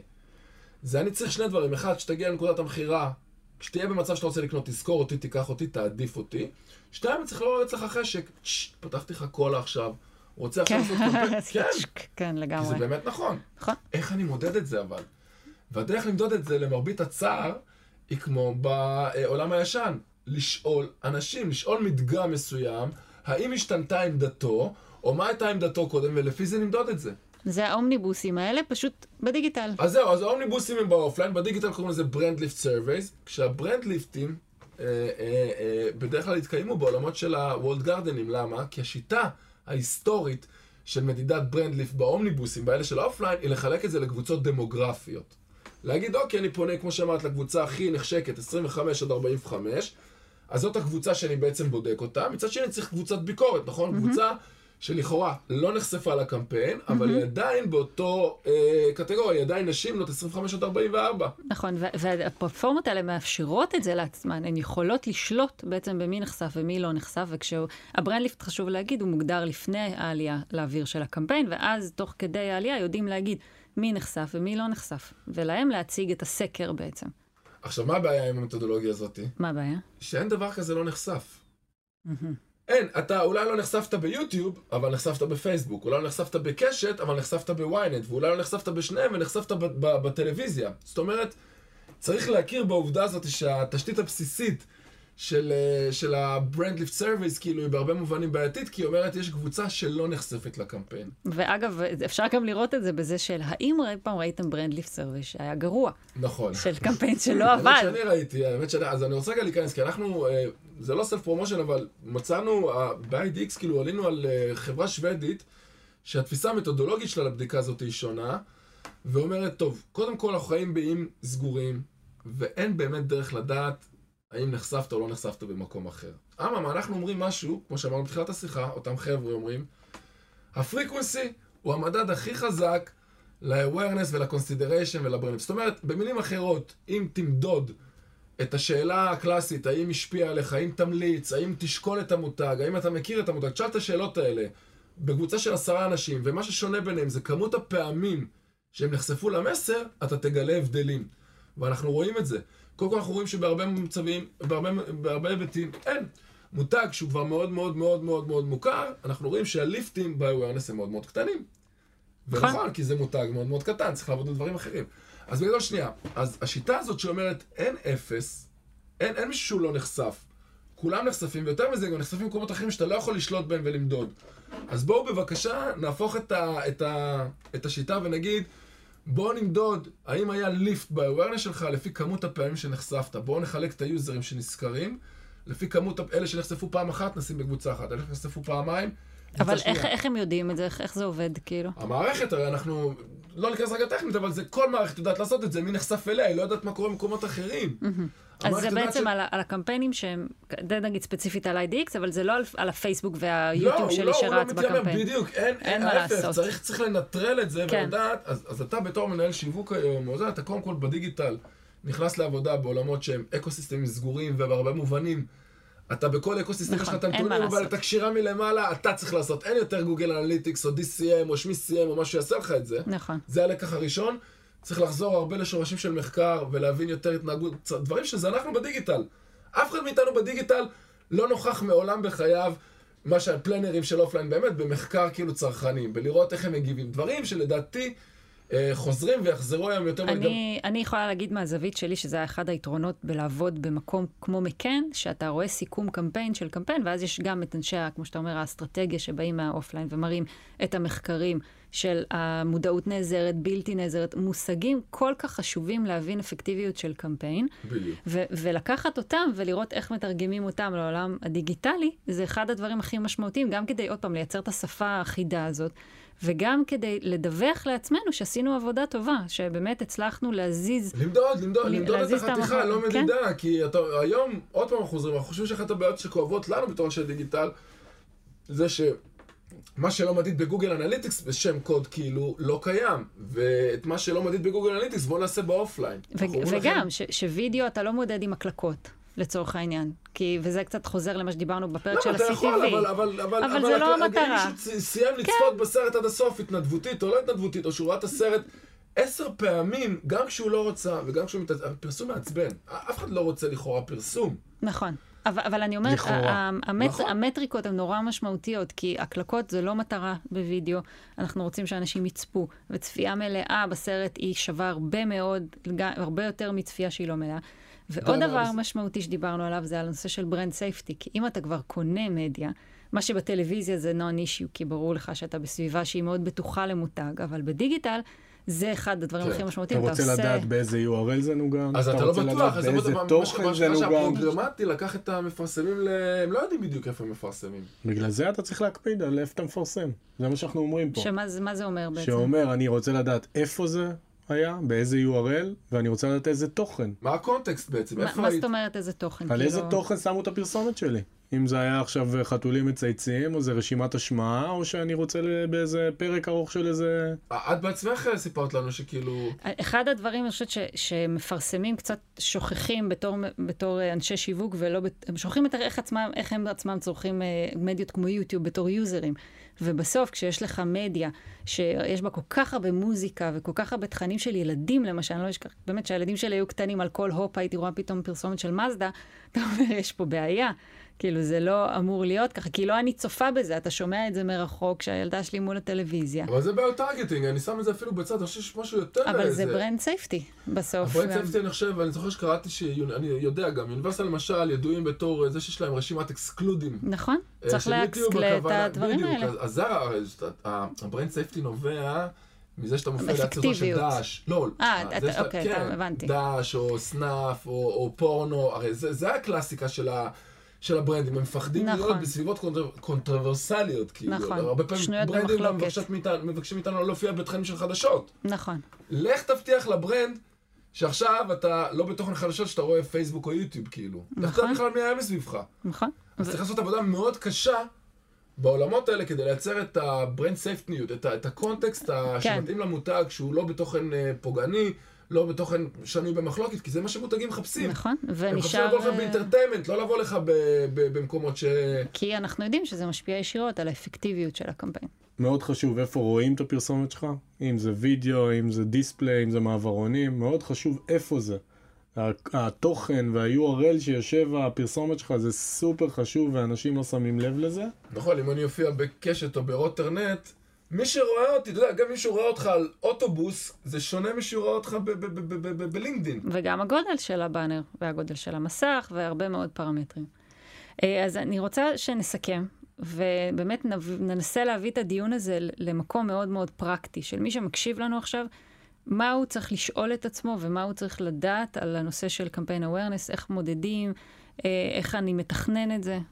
זה אני צריך שני דברים, אחד, שתגיע לנקודת המחירה, כשתהיה במצב שאתה רוצה לקנות, תזכור אותי, תיקח אותי, תעדיף אותי. שתיים, אני צריך לא לצלח החשק, ששש, פתחתי לך קולה עכשיו, רוצה עכשיו לעשות קמפיין? כן, כן, כי לגמרי. זה באמת נכון. נכון. איך אני מודד את זה אבל? והדרך למדוד את זה למרבית הצער, היא כמו בעולם הישן. לשאול אנשים, לשאול מדגם מסוים, האם השתנתה עמדתו, או מה הייתה עמדתו קודם, ולפי זה נמדוד את זה. זה האומניבוסים האלה, פשוט בדיגיטל. אז זהו, אז האומניבוסים הם באופליין, בדיגיטל קוראים לזה ברנד ליפט סרווייז, כשהברנד ליפטים אה, אה, אה, בדרך כלל התקיימו בעולמות של הוולד גרדנים. למה? כי השיטה ההיסטורית של מדידת ברנד ליפט באומניבוסים, באלה של האופליין, היא לחלק את זה לקבוצות דמוגרפיות. להגיד, אוקיי, אני פונה, כמו שאמרת, לקבוצה הכי נחשקת, עשרים וחמש עד ארבעים וחמש, אז זאת הקבוצה שאני בעצם בודק אותה. מצד שני צריך קבוצת ביקורת, נכון? Mm-hmm. קבוצה שלכאורה לא נחשפה לקמפיין, mm-hmm. אבל היא עדיין באותו אה, קטגוריה, היא עדיין נשים, בנות עשרים וחמש עד ארבעים וארבע. נכון, והפלטפורמות האלה מאפשרות את זה לעצמן, הן יכולות לשלוט בעצם במי נחשף ומי לא נחשף, וכשהברנדליפט, חשוב להגיד, הוא מוגדר לפני העלייה לאוויר של הקמפיין, ואז תוך כדי העלייה יודעים להגיד מי נחשף ומי לא נחשף, ולהם להציג את הסקר בעצם. עכשיו, מה הבעיה עם המתודולוגיה הזאת? מה הבעיה? שאין דבר כזה לא נחשף. אין, אתה אולי לא נחשפת ביוטיוב, אבל נחשפת בפייסבוק, אולי לא נחשפת בקשת, אבל נחשפת בוויינט, ואולי לא נחשפת בשניהם ונחשפת ב- ב- בטלוויזיה. זאת אומרת, צריך להכיר בעובדה הזאת שהתשתית הבסיסית של, של ה-Brand Lift Service, כאילו היא בהרבה מובנים בעייתית, כי היא אומרת, יש קבוצה שלא נחשפת לקמפיין. ואגב, אפשר גם לראות את זה בזה של, האם פעם ראיתם Brand Lift Service שהיה גרוע? נכון. של קמפיין שלא עבד. האמת שאני ראיתי, האמת שאני, אז אני רוצה רגע להיכנס, כי אנחנו, זה לא סלף פרומושן, אבל מצאנו, ב-איי די אקס כאילו עלינו על חברה שוודית, שהתפיסה המתודולוגית שלה לבדיקה הזאת היא שונה, ואומרת, טוב, קודם כל אנחנו חיים באיים סגורים, ואין באמת דרך לדעת האם נחשפת או לא נחשפת במקום אחר. אממה, אנחנו אומרים משהו, כמו שאמרנו בתחילת השיחה, אותם חבר'ה אומרים, הפריקוונסי הוא המדד הכי חזק ל-awareness ול-consideration ול-brand. זאת אומרת, במילים אחרות, אם תמדוד את השאלה הקלאסית, האם השפיע עליך, האם תמליץ, האם תשקול את המותג, האם אתה מכיר את המותג, תשאל את השאלות האלה בקבוצה של עשרה אנשים, ומה ששונה ביניהם זה כמות הפעמים שהם נחשפו למסר, אתה תגלה הבדלים. ואנחנו רואים את זה. קודם כל אנחנו רואים שבהרבה מצבים, בהרבה, בהרבה היבטים, אין. מותג שהוא כבר מאוד מאוד מאוד מאוד מאוד מוכר, אנחנו רואים שהליפטים ב-awareness הם מאוד מאוד קטנים. ונכון, כי זה מותג מאוד מאוד קטן, צריך לעבוד על דברים אחרים. אז בגדול שנייה, אז השיטה הזאת שאומרת אין אפס, אין, אין מישהו שהוא לא נחשף. כולם נחשפים, ויותר מזה גם נחשפים במקומות אחרים שאתה לא יכול לשלוט בהם ולמדוד. אז בואו בבקשה נהפוך את, ה, את, ה, את השיטה ונגיד, בואו נמדוד האם היה ליפט ב-awareness שלך לפי כמות הפעמים שנחשפת. בואו נחלק את היוזרים שנזכרים לפי כמות אלה שנחשפו פעם אחת, נשים בקבוצה אחת, אלה שנחשפו פעמיים, אבל איך, איך הם יודעים את זה? איך, איך זה עובד, כאילו? המערכת, הרי אנחנו, לא ניכנס רגע טכנית, אבל זה כל מערכת יודעת לעשות את זה, מי נחשף אליה, היא לא יודעת מה קורה במקומות אחרים. אז זה בעצם ש... על, על הקמפיינים שהם, זה נגיד ספציפית על איי די אקס, אבל זה לא על, על הפייסבוק והיוטיוב לא, שלי לא, שרץ בקמפיין. לא, הוא לא מתיימר, בדיוק, אין, אין מה לעשות. צריך, צריך לנטרל את זה, כן. ולדעת, אז, אז אתה בתור מנהל שיווק היום, או זה, אתה קודם כל בדיגיטל, נכנס לעבודה בעולמות שהם אקוסיסטמים סגורים, ובהרבה מובנים, אתה בכל אקוסיסטם יש לך את הנתונים, אבל את הקשירה מלמעלה, אתה צריך לעשות. אין יותר גוגל אנליטיקס, או די סי אם, או שמי סי אם, או משהו שיעשה לך את זה. נכון. זה הלקח הראשון. צריך לחזור הרבה לשורשים של מחקר, ולהבין יותר התנהגות, דברים שזה אנחנו בדיגיטל. אף אחד מאיתנו בדיגיטל לא נוכח מעולם בחייו, מה שהפלנרים של אופליין באמת, במחקר כאילו צרכנים, בלראות איך הם מגיבים. דברים שלדעתי חוזרים ויחזרו היום יותר... אני, אני יכולה להגיד מהזווית שלי שזה היה אחד היתרונות בלעבוד במקום כמו מכן, שאתה רואה סיכום קמפיין של קמפיין, ואז יש גם את אנשי, כמו שאתה אומר, האסטרטגיה שבאים מהאופליין ומראים את המחקרים של המודעות נעזרת, בלתי נעזרת, מושגים כל כך חשובים להבין אפקטיביות של קמפיין, ו- ולקחת אותם ולראות איך מתרגמים אותם לעולם הדיגיטלי, זה אחד הדברים הכי משמעותיים, גם כדי עוד פעם לייצר את השפה האחידה הזאת, וגם כדי לדווח לעצמנו שעשינו עבודה טובה, שבאמת הצלחנו להזיז... למדוד, למדוד, למדוד את החתיכה, לא מדידה, כי אתה, היום, עוד פעם חוזרים, אנחנו חושבים שאחת הבעיות שכואבות לנו בתור אנשי דיגיטל, זה ש... מה שלא מדיד בגוגל אנליטיקס בשם קוד כאילו לא קיים, ואת מה שלא מדיד בגוגל אנליטיקס בוא נעשה באופליין. וגם, שווידאו אתה לא מודד עם הקלקות. לצורך העניין. כי, וזה קצת חוזר למה שדיברנו בפרק של ה-סי טי וי. לא, אתה יכול, אבל, אבל, אבל זה לא המטרה. אם מישהו סיים לצפות בסרט עד הסוף, התנדבותית או לא התנדבותית, או שהוא ראה את הסרט עשר פעמים, גם כשהוא לא רוצה, וגם כשהוא מתעצבן, הפרסום מעצבן. אף אחד לא רוצה לכאורה פרסום. נכון. אבל, אבל אני אומרת, המט, נכון. המטריקות הן נורא משמעותיות, כי הקלקות זה לא מטרה בווידאו. אנחנו רוצים שאנשים יצפו, וצפייה מלאה בסרט היא שווה הרבה מאוד, הרבה יותר מצפייה שהיא לא מלאה. ועוד דבר זה... משמעותי שדיברנו עליו זה על הנושא של ברנד סייפטי, כי אם אתה כבר קונה מדיה, מה שבטלוויזיה זה non-issue, כי ברור לך שאתה בסביבה שהיא מאוד בטוחה למותג, אבל בדיגיטל זה אחד הדברים הכי משמעותיים. אתה רוצה לדעת באיזה יו אר אל זה נוגן? אז אתה לא בטוח, באיזה תוכן זה נוגן. מה שהפרוגרמטי לקח את המפרסמים, הם לא יודעים בדיוק איפה הם מפרסמים. בגלל זה אתה צריך להקפיד על איפה אתה מפרסם. זה מה שאנחנו אומרים פה. שמה זה אומר בעצם? שאומר, אני רוצה לדעת איפה זה היה, באיזה יו אר אל, ואני רוצה לדעת איזה תוכן. מה הקונטקסט בעצם? מה זאת אומרת איזה תוכן? על איזה תוכן שמו את הפרסומת שלי? אם זה היה עכשיו חתולים מצייצים, או זה רשימת השמעה, או שאני רוצה באיזה פרק ארוך של איזה... את בעצמך סיפרת לנו שכאילו... אחד הדברים, אני חושבת שמפרסמים קצת שוכחים בתור, בתור אנשי שיווק, ולא, הם שוכחים את איך עצמם, איך הם עצמם צורכים מדיות כמו יוטיוב בתור יוזרים. ובסוף, כשיש לך מדיה, שיש בה כל כך הרבה מוזיקה, וכל כך הרבה תכנים של ילדים, למשל, אני לא אשכח, באמת שהילדים שלי היו קטנים על כל הופ, הייתי רואה פתאום פרסומת של מזדה, אתה אומר, יש פה בעיה. כאילו, זה לא אמור להיות ככה, כי לא אני צופה בזה, אתה שומע את זה מרחוק, שהילדה שלי מול הטלוויזיה. אבל זה בעיות טרגטינג, אני שם את זה אפילו בצד, אני חושב שמשהו יותר... אבל זה ברנד סייפטי, בסוף. ברנד סייפטי, אני חושב, ואני זוכר שקראתי שאני יודע גם, יוניברסל למשל, ידועים בתור זה שיש להם רשימת אקסקלודים. נכון, צריך להקסקלט את הדברים האלה. אז זה, הברנד סייפטי נובע מזה שאתה מופיע ליד של דאש. לא, אה, אוקיי, הבנתי. דאש או סנאפ או פורנו, הרי זה הקלאסיקה של ה... של הברנדים, הם מפחדים נכון. להיות בסביבות קונטרוברסליות, כאילו. נכון, הרבה פעמים ברנדים מבקשים מאיתנו להופיע בתכנים של חדשות. נכון. לך תבטיח לברנד שעכשיו אתה לא בתוכן חדשות שאתה רואה פייסבוק או יוטיוב, כאילו. נכון. לך תבטיח בכלל מי היה מסביבך. נכון. אז ו... צריך לעשות עבודה מאוד קשה בעולמות האלה כדי לייצר את הברנד סייפטיות, את, את הקונטקסט כן. שמתאים למותג, שהוא לא בתוכן פוגעני, לא בתוכן שנוי במחלוקת, כי זה מה שמותגים מחפשים. נכון, ונשאר... הם מחפשים לבוא לך באינטרטיימנט, לא לבוא לך במקומות ש... כי אנחנו יודעים שזה משפיע ישירות על האפקטיביות של הקמפיין. מאוד חשוב איפה רואים את הפרסומת שלך, אם זה וידאו, אם זה דיספליי, אם זה מעברונים, מאוד חשוב איפה זה. התוכן וה-יו אר אל שיושב הפרסומת שלך זה סופר חשוב, ואנשים לא שמים לב לזה. נכון, אם אני אופיע בקשת או ברוטרנט, מי שרואה אותי, אתה יודע, גם מי שרואה אותך על אוטובוס, זה שונה מי שרואה אותך בלינקדין. וגם הגודל של הבאנר, והגודל של המסך, והרבה מאוד פרמטרים. אז אני רוצה שנסכם, ובאמת ננסה להביא את הדיון הזה למקום מאוד מאוד פרקטי, של מי שמקשיב לנו עכשיו, מה הוא צריך לשאול את עצמו, ומה הוא צריך לדעת על הנושא של קמפיין אווירנס, איך מודדים, איך אני מתכנן את זה?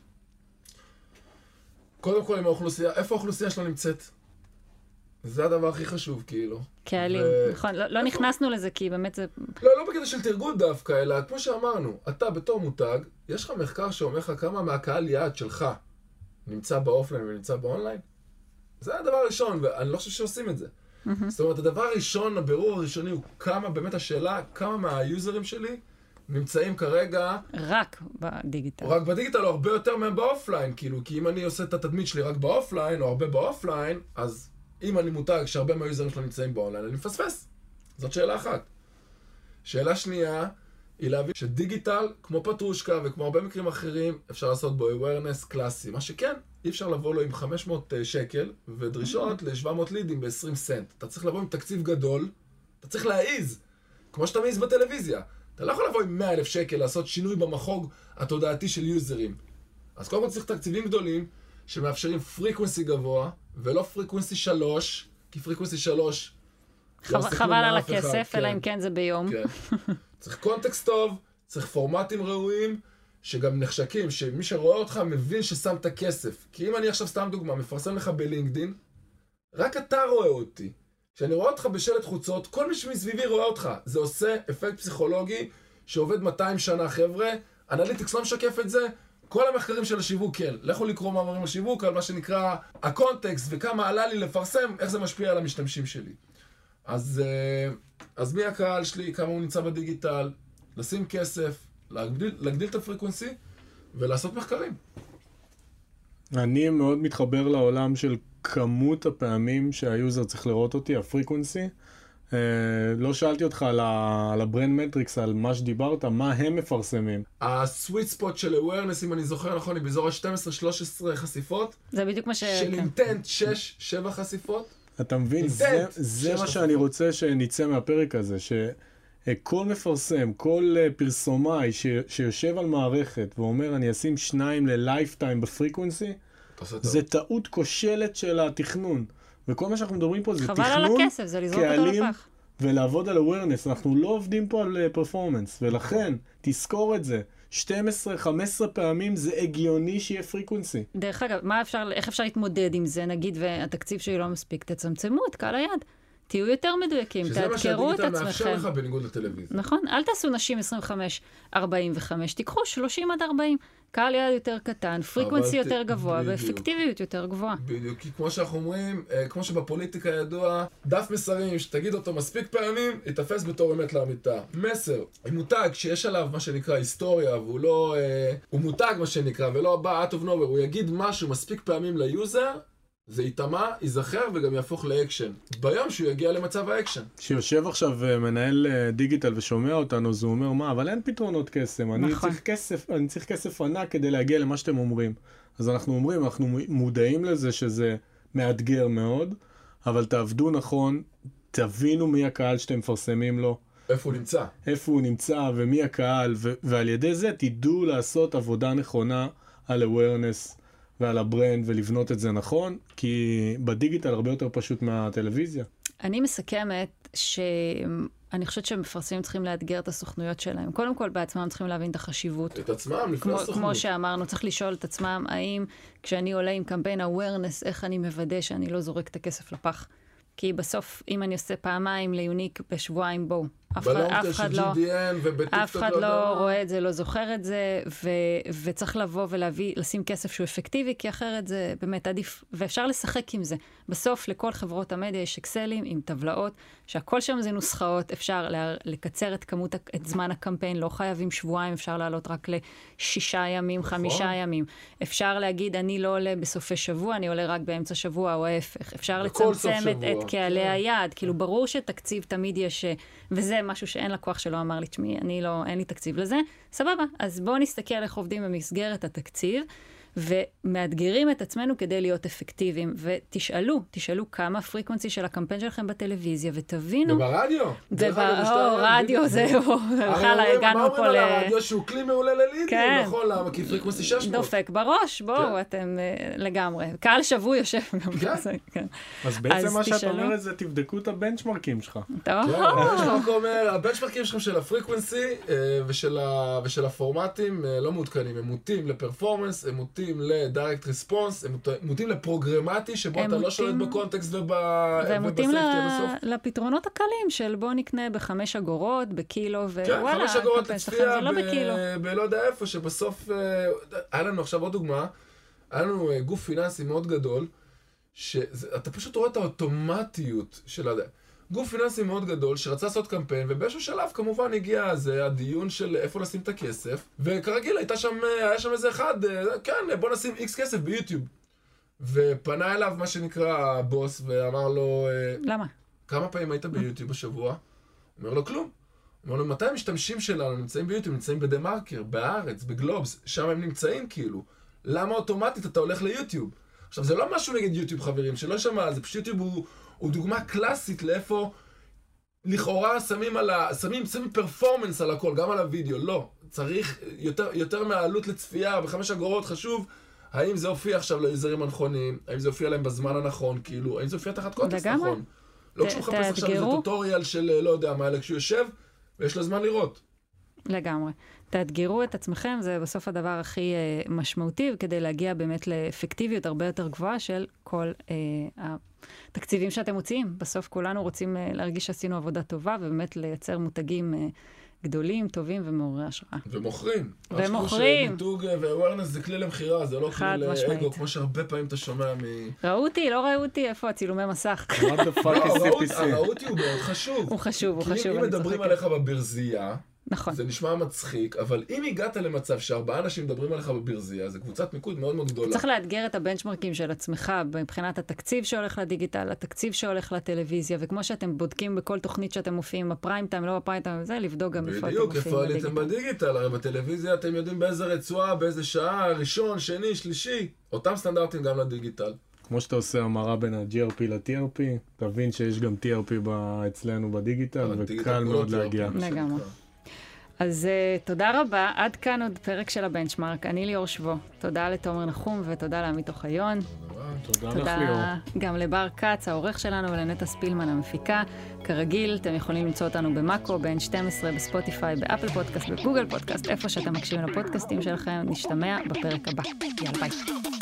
קודם כל עם האוכלוסייה, איפה האוכלוסייה שלו נמצאת? זה הדבר הכי חשוב, כאילו. קהלים, ו... נכון, לא, לא נכנסנו לזה, כי באמת זה... לא, לא בקטע של תרגול דווקא, אלא כמו שאמרנו, אתה בתור מותג, יש לך מחקר שאומר לך כמה מהקהל יעד שלך נמצא באופליין ונמצא באונליין? זה הדבר הראשון, ואני לא חושב שעושים את זה. Mm-hmm. זאת אומרת, הדבר הראשון, הבירור הראשוני, הוא כמה, באמת השאלה, כמה מהיוזרים שלי נמצאים כרגע... רק בדיגיטל. רק בדיגיטל, או הרבה יותר מהם באופליין, כאילו, כי אם אני עושה את התדמית שלי רק באופליין, או הרבה באופליין, אז אם אני מותג שהרבה מהיוזרים שלו נמצאים באונליין, אני מפספס. זאת שאלה אחת. שאלה שנייה, היא להבין שדיגיטל, כמו פטרושקה וכמו הרבה מקרים אחרים, אפשר לעשות בו awareness קלאסי. מה שכן, אי אפשר לבוא לו עם חמש מאות שקל ודרישות ל-שבע מאות לידים ב-עשרים סנט. אתה צריך לבוא עם תקציב גדול, אתה צריך להעיז, כמו שאתה מעיז בטלוויזיה. אתה לא יכול לבוא עם מאה אלף שקל לעשות שינוי במחוג התודעתי של יוזרים. אז קודם כל צריך תקציבים גדולים שמאפשרים פריקוונסי גבוה, ולא פריקוונסי שלוש, כי פריקוונסי שלוש... חבל על הכסף, אלא אם כן זה ביום. צריך קונטקסט טוב, צריך פורמטים ראויים, שגם נחשקים, שמי שרואה אותך מבין ששמת כסף. כי אם אני עכשיו סתם דוגמה, מפרסם לך בלינקדין, רק אתה רואה אותי. כשאני רואה אותך בשלט חוצות, כל מי שמסביבי רואה אותך. זה עושה אפקט פסיכולוגי שעובד מאתיים שנה, חבר'ה. אנליטיקס לא משקף את זה. כל המחקרים של השיווק, כן. לכו לקרוא מאמרים על שיווק, על מה שנקרא הקונטקסט, וכמה עלה לי לפרסם, איך זה משפיע על המשתמשים שלי. אז, אז מי הקהל שלי, כמה הוא נמצא בדיגיטל, לשים כסף, להגדיל, להגדיל את הפריקוונסי, ולעשות מחקרים. אני מאוד מתחבר לעולם של כמות הפעמים שהיוזר צריך לראות אותי, הפריקוונסי. אה, לא שאלתי אותך על, ה, על הברנד מטריקס, על מה שדיברת, מה הם מפרסמים. הסוויט ספוט של awareness, אם אני זוכר נכון, היא באזור ה-שתים עשרה שלוש עשרה חשיפות. זה בדיוק מה ש... של אינטנט שש שבע חשיפות. אתה מבין, זה, זה מה שאני רוצה שנצא מהפרק הזה, שכל מפרסם, כל פרסומאי ש, שיושב על מערכת ואומר אני אשים שניים ללייפטיים בפריקוונסי, זה טעות כושלת של התכנון. וכל מה שאנחנו מדברים פה זה תכנון, חבל על הכסף, זה לזרוק אותו לפח. ולעבוד על awareness, אנחנו לא עובדים פה על פרפורמנס, ולכן תזכור את זה. שתים עשרה חמש עשרה פעמים זה הגיוני שיהיה פריקוונסי. דרך אגב, מה אפשר, איך אפשר להתמודד עם זה, נגיד, והתקציב שלי לא מספיק, תצמצמו את קהל היד. תהיו יותר מדויקים, תאתגרו את עצמכם. שזה מה שהדיגיטל מאפשר לך בניגוד לטלוויזיה. נכון, אל תעשו נשים עשרים וחמש ארבעים וחמש, תיקחו שלושים עד ארבעים. קהל יד יותר קטן, פריקוונסי יותר גבוה, ואפקטיביות יותר גבוהה. בדיוק, כי כמו שאנחנו אומרים, כמו שבפוליטיקה ידוע, דף מסרים שתגיד אותו מספיק פעמים, יתפס בתור אמת לאמיתה. מסר, עם מותג שיש עליו מה שנקרא היסטוריה, והוא לא... הוא מותג מה שנקרא, ולא בא out of nowhere, הוא יגיד משהו מספיק פעמים ליוזר, זה יתאמה, ייזכר וגם יהפוך לאקשן. ביום שהוא יגיע למצב האקשן. שיושב עכשיו מנהל דיגיטל ושומע אותנו, אז הוא אומר, מה, אבל אין פתרונות קסם. אני צריך כסף, אני צריך כסף ענק כדי להגיע למה שאתם אומרים. אז אנחנו אומרים, אנחנו מודעים לזה שזה מאתגר מאוד, אבל תעבדו נכון, תבינו מי הקהל שאתם מפרסמים לו. איפה הוא נמצא. איפה הוא נמצא ומי הקהל, ו- ועל ידי זה תדעו לעשות עבודה נכונה על awareness. ועל הברנד ולבנות את זה נכון, כי בדיגיטל הרבה יותר פשוט מהטלוויזיה. אני מסכמת שאני חושבת שמפרסמים צריכים לאתגר את הסוכנויות שלהם. קודם כל, בעצמם צריכים להבין את החשיבות. את עצמם, לפני הסוכנות. כמו שאמרנו, צריך לשאול את עצמם, האם כשאני עולה עם קמפיין awareness, איך אני מוודא שאני לא זורק את הכסף לפח. כי בסוף, אם אני עושה פעמיים ליוניק בשבועיים, בואו. אף אחד לא, אף אחד לא רואה את זה, לא זוכר את זה, וצריך לבוא ולהביא, לשים כסף שהוא אפקטיבי, כי אחרת זה באמת עדיף, ואפשר לשחק עם זה. בסוף, לכל חברות המדיה יש אקסלים עם טבלאות, שהכל שם זה נוסחאות, אפשר לקצר את כמות, את זמן הקמפיין, לא חייבים שבועיים, אפשר לעלות רק לשישה ימים, חמישה ימים. אפשר להגיד, אני לא עולה בסופי שבוע, אני עולה רק באמצע שבוע, או ההפך. אפשר לצמצם את קהלי היעד, כאילו ברור שתקציב תמיד יש, וזה משהו שאין לקוח שלא אמר לי, תשמעי, אני לא, אין לי תקציב לזה, סבבה. אז בואו נסתכל איך עובדים במסגרת התקציב, ומאתגרים את עצמנו כדי להיות אפקטיביים, ותשאלו, תשאלו כמה הפריקונסי של הקמפיין שלכם בטלוויזיה, ותבינו... וברדיו. ברדיו, זהו, בכלל הגענו פה ל... הרי הרדיו שהוא כלי מעולה ללידים, נכון, למה? כי פריקונסי שש מאות. דופק בראש, בואו, אתם לגמרי. קהל שבוי יושב גם כזה, כן. אז בעצם מה שאת אומרת זה, תבדקו את הבנצ'מרקים שלך. טוב. הבנצ'מרק אומר, הבנצ'מרקים שלכם של הפריקונסי ושל הפורמטים לא מעודכנים, הם מוטים לפרפורמנס, הם מוטים לדיירקט ריספונס, הם מוטים לפרוגרמטי, שבו אתה לא שולט בקונטקסט ובסייפטי בסוף. לפתרונות הקלים של בוא נקנה בחמש אגורות, בקילו, כן, חמש אגורות לצפייה בלא יודע איפה, שבסוף, היה לנו עכשיו עוד דוגמה, היה לנו גוף פיננסי מאוד גדול, שאתה פשוט רואה את האוטומטיות של הדבר. גוף פיננסי מאוד גדול שרצה לעשות קמפיין, ובאיזשהו שלב כמובן הגיע זה הדיון של איפה לשים את הכסף, וכרגיל הייתה שם, היה שם איזה אחד, כן, בוא נשים איקס כסף ביוטיוב. ופנה אליו מה שנקרא הבוס ואמר לו, למה? כמה פעמים היית ביוטיוב בשבוע? הוא אומר לו כלום. הוא אומר לו, מתי המשתמשים שלנו נמצאים ביוטיוב? נמצאים בדה-מרקר, בארץ, בגלובס, שם הם נמצאים כאילו. למה אוטומטית אתה הולך ליוטיוב? עכשיו זה לא משהו נגד יוטיוב חברים, שלא שמע, זה פשוט יוטיוב הוא... הוא דוגמה קלאסית לאיפה לכאורה שמים על ה... שמים, שמים פרפורמנס על הכל, גם על הוידאו. לא. צריך יותר, יותר מהעלות לצפייה, בחמש אגורות חשוב, האם זה הופיע עכשיו ליוזרים הנכונים, האם זה הופיע להם בזמן הנכון, כאילו, האם זה הופיע תחת קונטקסט נכון. לא כשהוא מחפש עכשיו איזה טוטוריאל של לא יודע מה, אלא כשהוא יושב ויש לו זמן לראות. לגמרי. תאתגרו את עצמכם, זה בסוף הדבר הכי uh, משמעותי, כדי להגיע באמת לאפקטיביות הרבה יותר גבוהה של כל uh, התקציבים שאתם מוציאים. בסוף כולנו רוצים uh, להרגיש שעשינו עבודה טובה, ובאמת לייצר מותגים uh, גדולים, טובים ומעוררי השראה. ומוכרים. ומוכרים. מיתוג ו-awareness זה כלי למחירה, זה לא כלי לאגו, כמו שהרבה פעמים אתה שומע מ... ראו אותי, לא ראו אותי, איפה הצילומי מסך? What the fuck is סי פי סי? ראו אותי הוא מאוד חשוב. הוא חשוב, הוא חשוב. כי אם מדברים עליך בברזייה, נכון. זה נשמע מצחיק, אבל אם הגעת למצב שארבעה אנשים מדברים עליך בברזייה, זה קבוצת מיקוד מאוד מאוד גדולה. צריך לאתגר את הבנצ'מרקים של עצמך, מבחינת התקציב שהולך לדיגיטל, התקציב שהולך לטלוויזיה, וכמו שאתם בודקים בכל תוכנית שאתם מופיעים, הפריים טיים, לא הפריים טיים, זה לבדוק גם איפה אתם מופיעים בדיוק, איפה עליתם בדיגיטל, הרי בטלוויזיה אתם יודעים באיזה רצועה, באיזה שעה, ראשון, שני, שלישי, אותם סטנדרטים גם לדיגיטל. כמו שאתה עושה המרה בין ה-ג'י אר פי ל-טי אר פי, תבין שיש גם טי אר פי אצלנו בדיגיטל, וקל מאוד להגיע. לגמרי. אז uh, תודה רבה, עד כאן עוד פרק של הבנצ'מרק, אני ליאור שבו, תודה לתומר נחום ותודה לעמית אוחיון. תודה, תודה לך ליאור. גם לבר קץ, העורך שלנו, ולנטע ספילמן המפיקה. כרגיל, אתם יכולים למצוא אותנו במאקו, ב-אן שתים עשרה, בספוטיפיי, באפל פודקאסט, בגוגל פודקאסט, איפה שאתם מקשיבים לפודקאסטים שלכם, נשתמע בפרק הבא. יאללה ביי.